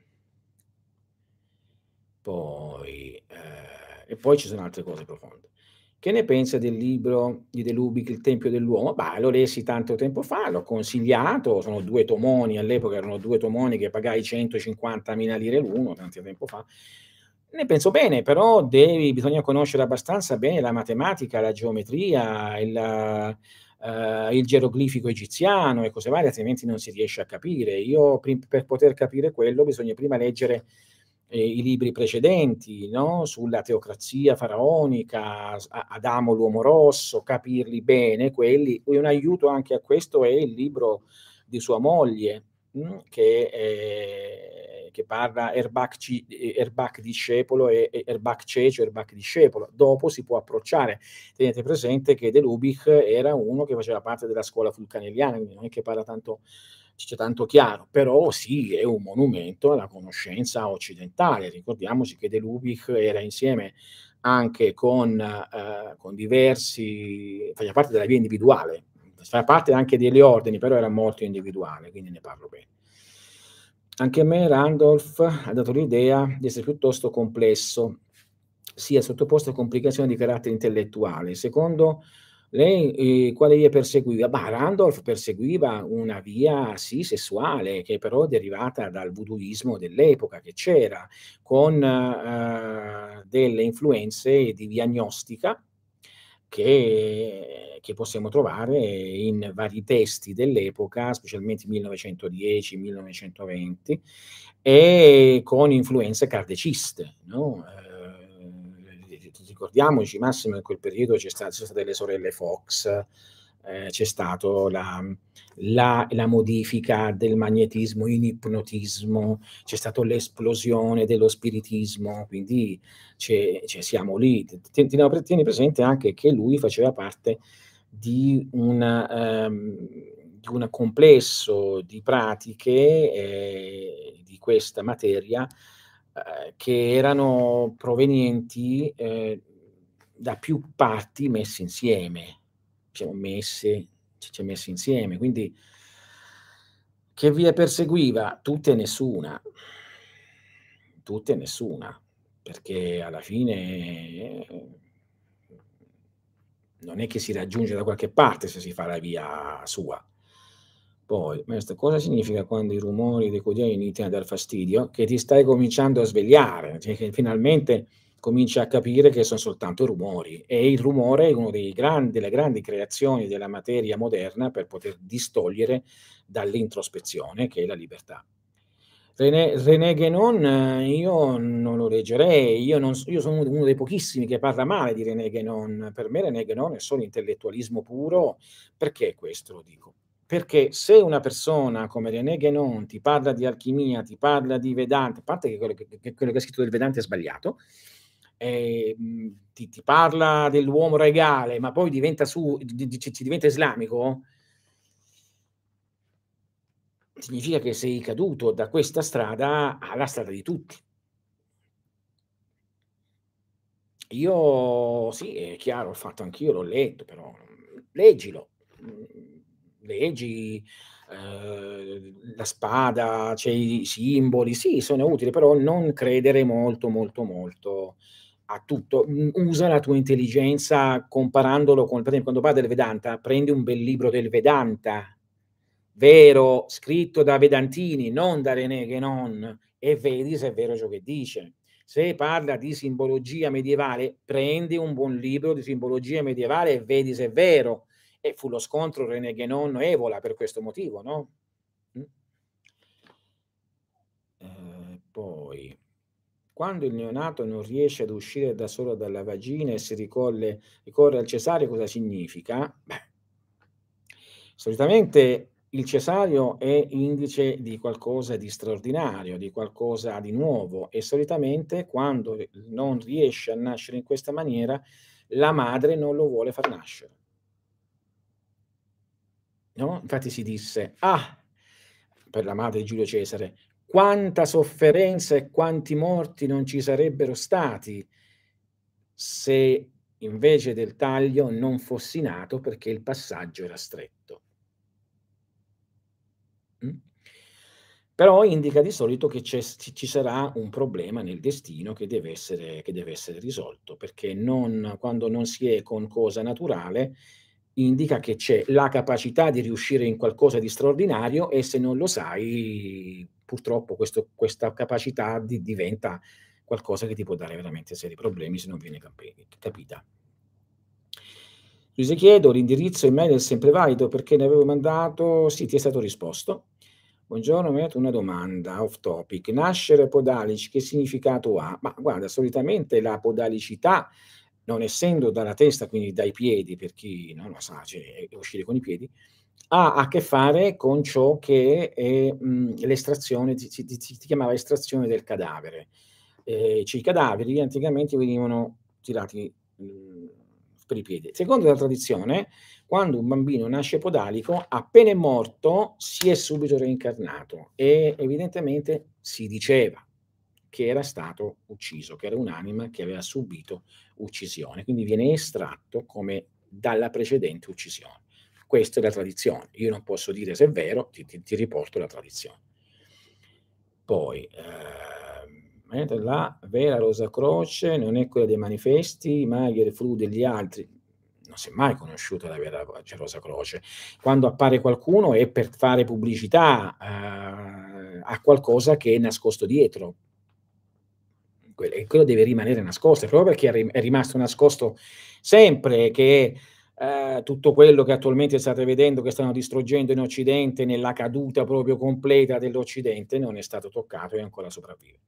Poi, ehm, e poi ci sono altre cose profonde. Che ne pensa del libro di De Lubic, Il tempio dell'uomo? Bah, lo lessi tanto tempo fa, l'ho consigliato, sono due tomoni, all'epoca erano due tomoni che pagai centocinquantamila lire l'uno, tanto tempo fa. Ne penso bene, però devi bisogna conoscere abbastanza bene la matematica, la geometria, il ehm, il geroglifico egiziano e cose varie, altrimenti non si riesce a capire. Io prim per poter capire quello bisogna prima leggere ehm, i libri precedenti, no, sulla teocrazia faraonica, s A Adamo l'uomo rosso, capirli bene quelli. E un aiuto anche a questo è il libro di sua moglie, mhmm, che ehm, che parla Erbach ci e Erbach discepolo e e Erbach cece, Erbach discepolo. Dopo si può approcciare. Tenete presente che De Lubic era uno che faceva parte della scuola fulcanelliana, quindi non è che parla tanto c c'è tanto chiaro, però sì, è un monumento alla conoscenza occidentale. Ricordiamoci che De Lubic era insieme anche con ehm, con diversi faceva parte della via individuale, faceva parte anche delle ordini, però era molto individuale, quindi ne parlo bene. Anche a me Randolph ha dato l'idea di essere piuttosto complesso, sia sottoposto a complicazioni di carattere intellettuale. Secondo lei, ehm, quale via perseguiva? Bah, Randolph perseguiva una via, sì, sessuale, che però è derivata dal voodooismo dell'epoca che c'era, con, ehm, delle influenze di via gnostica che che possiamo trovare in vari testi dell'epoca, specialmente millenovecentodieci, millenovecentoventi, e con influenze kardeciste, no, ehm, ricordiamoci massimo in quel periodo c'è sta ci sono state le sorelle Fox, ehm, c'è stato la la la modifica del magnetismo in ipnotismo, c'è stato l'esplosione dello spiritismo, quindi c'è cioè siamo lì. T t teniamo pre tieni presente anche che lui faceva parte di un ehm, di un complesso di pratiche, ehm, di questa materia, ehm, che erano provenienti, ehm, da più parti messe insieme, diciamo messe c cioè messe insieme. Quindi che via perseguiva? Tutte e nessuna. Tutte e nessuna, perché alla fine, ehm, non è che si raggiunge da qualche parte se si fa la via sua. Poi, maestro, cosa significa quando i rumori dei quotidiani iniziano a dar fastidio? Che ti stai cominciando a svegliare, cioè che finalmente cominci a capire che son soltanto rumori e il rumore è uno dei gran delle grandi creazioni della materia moderna per poter distogliere dall'introspezione che è la libertà. René René Guénon eh, io non lo leggerei, io non s io sono uno uno dei pochissimi che parla male di René Guénon. Per me René Guénon è solo intellettualismo puro. Perché questo lo dico? Perché se una persona come René Guénon ti parla di alchimia, ti parla di Vedanta, a parte che quello che che quello che ha scritto del Vedanta è sbagliato, ehm, ti ti parla dell'uomo regale, ma poi diventa su di di ci ci diventa islamico, significa che sei caduto da questa strada alla strada di tutti. Io sì, è chiaro, ho fatto anch'io, l'ho letto, però, mhmm, leggilo, mhmm, leggi, ehm, la spada, c'è i simboli, sì, sono utili, però non credere molto, molto, molto a tutto. Mhmm, usa la tua intelligenza comparandolo con per esempio quando parla del Vedanta, prendi un bel libro del Vedanta, vero, scritto da vedantini, non da René Guénon, e vedi se è vero ciò che dice. Se parla di simbologia medievale, prendi un buon libro di simbologia medievale e vedi se è vero. E fu lo scontro René Guénon-Evola per questo motivo, no, mh. Ehm, poi quando il neonato non riesce ad uscire da solo dalla vagina e si ricolle ricorre al cesareo cosa significa? Beh, solitamente il cesareo è indice di qualcosa di straordinario, di qualcosa di nuovo e solitamente quando e non riesce a nascere in questa maniera, la madre non lo vuole far nascere, no, infatti si disse: "Ah!" per la madre di Giulio Cesare: "Quanta sofferenza e quanti morti non ci sarebbero stati se invece del taglio non fossi nato perché il passaggio era stretto. Mh. Però indica di solito che c'è s ci ci sarà un problema nel destino che deve essere che deve essere risolto, perché non quando non si è con cosa naturale, indica che c'è la capacità di riuscire in qualcosa di straordinario e se non lo sai, purtroppo questo questa capacità di diventa qualcosa che ti può dare veramente seri problemi se non viene capi capita. Scusi chiedo, l'indirizzo email è sempre valido perché ne avevo mandato sì, ti è stato risposto. Buongiorno, mi avete una domanda off topic. Nascere podalici che significato ha? Ma guarda, solitamente la podalicità, non essendo dalla testa, quindi dai piedi, per chi non lo sa, cioè è uscire con i piedi, ha a che fare con ciò che è, mhmm, l'estrazione, si si si si chiamava estrazione del cadavere. Ehm, cioè i cadaveri anticamente venivano tirati, mhmm, per i piedi. Secondo la tradizione, quando un bambino nasce podalico, appena è morto si è subito reincarnato e evidentemente si diceva che era stato ucciso, che era un'anima che aveva subito uccisione, quindi viene estratto come dalla precedente uccisione. Questa è la tradizione. Io non posso dire se è vero, ti ti ti riporto la tradizione. Poi, ehm, mentre la vera Rosa Croce non è quella dei manifesti, ma il flu degli altri. Non si è mai conosciuta la vera cioè Rosa Croce. Quando appare qualcuno è per fare pubblicità, ehm, a qualcosa che è nascosto dietro. Quel e quello deve rimanere nascosto, proprio perché è rim è rimasto nascosto sempre che, ehm, tutto quello che attualmente state vedendo, che stanno distruggendo in Occidente, nella caduta proprio completa dell'Occidente, non è stato toccato e ancora sopravvive.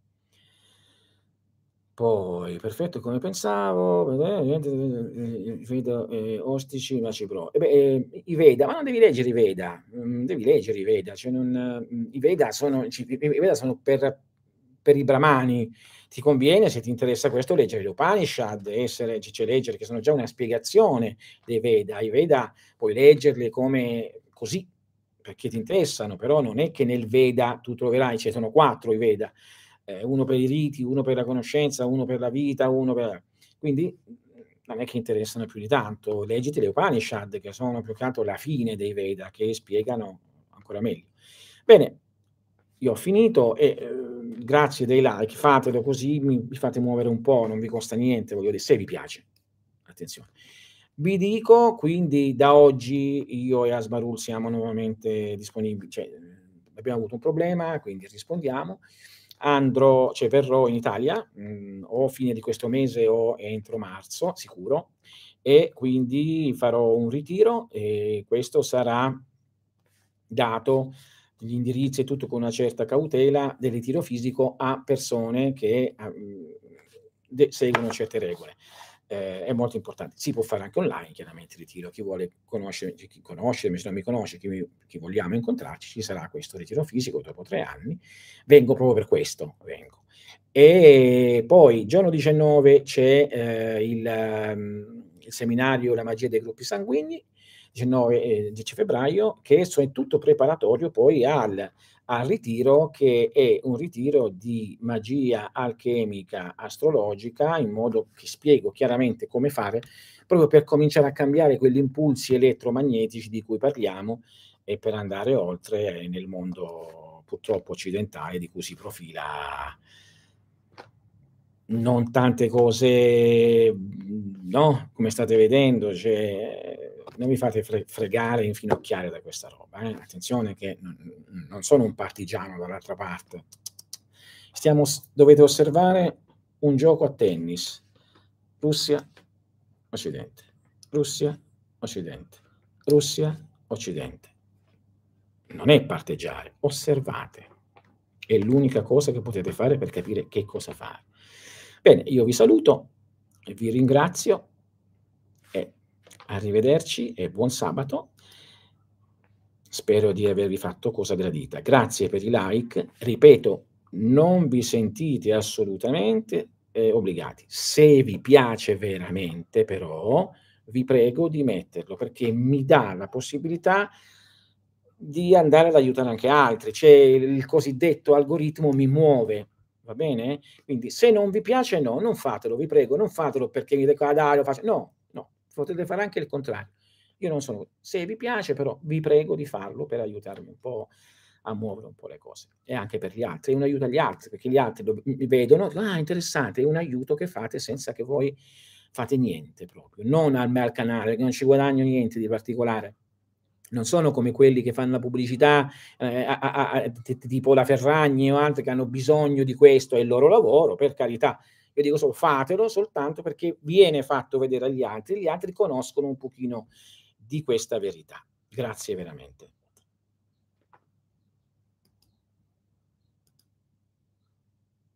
Poi, perfetto come pensavo, vedo, ehm, ostici ma ci provo. E beh, ehm, i Veda, ma non devi leggere i Veda, mhmm, devi leggere i Veda, cioè non mhmm, i Veda sono ci i i Veda sono per per i brahmani. Ti conviene, se ti interessa questo, leggere gli Upanishad, essere c cioè leggere che sono già una spiegazione dei Veda. I Veda puoi leggerli come così, perché ti interessano, però non è che nel Veda tu troverai ce sono quattro i Veda, ehm, uno per i riti, uno per la conoscenza, uno per la vita, uno per quindi, mhmm, non è che interessano più di tanto. Leggiti le Upanishad, che sono più che altro la fine dei Veda, che spiegano ancora meglio. Bene, io ho finito e, uhm, grazie dei like, fatelo così mi mi fate muovere un po', non vi costa niente, voglio dire, se vi piace. Attenzione. Vi dico quindi da oggi io e Asmarul siamo nuovamente disponibili, cioè, mhmm, abbiamo avuto un problema, quindi rispondiamo. Andrò cioè verrò in Italia, mhmm, o fine di questo mese o entro marzo, sicuro, e quindi farò un ritiro e questo sarà dato gli indirizzi e tutto con una certa cautela del ritiro fisico a persone che a mhmm, de seguono certe regole. Ehm, è molto importante. Si può fare anche online chiaramente il ritiro, chi vuole conoscere c chi conoscermi, se non mi conosce, chi mi chi vogliamo incontrarci, ci sarà questo ritiro fisico dopo tre anni. Vengo proprio per questo, vengo. E poi giorno diciannove c'è, ehm, il mhmm, il seminario La magia dei gruppi sanguigni, diciannove e dieci febbraio, che so è tutto preparatorio poi al al ritiro che è un ritiro di magia alchemica astrologica, in modo che spiego chiaramente come fare, proprio per cominciare a cambiare quegli impulsi elettromagnetici di cui parliamo e per andare oltre nel mondo purtroppo occidentale di cui si profila non tante cose, mhmm, no, come state vedendo, cioè non vi fate fre fregare e infinocchiare da questa roba, eh. Attenzione che n n non sono un partigiano dall'altra parte. Stiamo s dovete osservare un gioco a tennis. Russia, Occidente, Russia, Occidente, Russia, Occidente. Non è parteggiare, osservate. È l'unica cosa che potete fare per capire che cosa fare. Bene, io vi saluto e vi ringrazio e arrivederci e buon sabato. Spero di avervi fatto cosa gradita. Grazie per i like. Ripeto, non vi sentite assolutamente, ehm, obbligati. Se vi piace veramente però, vi prego di metterlo, perché mi dà la possibilità di andare ad aiutare anche altri. Cioè il cosiddetto algoritmo mi muove va bene? Quindi se non vi piace no, non fatelo, vi prego, non fatelo perché mi dico: "Ah dai lo faccio", no, no, potete fare anche il contrario. Io non sono se vi piace però vi prego di farlo per aiutarmi un po' a muovere un po' le cose e anche per gli altri, è un aiuto agli altri, perché gli altri dov mi vedono, dicono: "Ah interessante, è un aiuto che fate senza che voi fate niente proprio, non a me al canale, che non ci guadagno niente di particolare." Non sono come quelli che fanno la pubblicità, ehm, a a a a t t tipo la Ferragni o altri che hanno bisogno di questo, è il loro lavoro, per carità. Io dico solo: fatelo soltanto perché viene fatto vedere agli altri, gli altri conoscono un pochino di questa verità. Grazie veramente.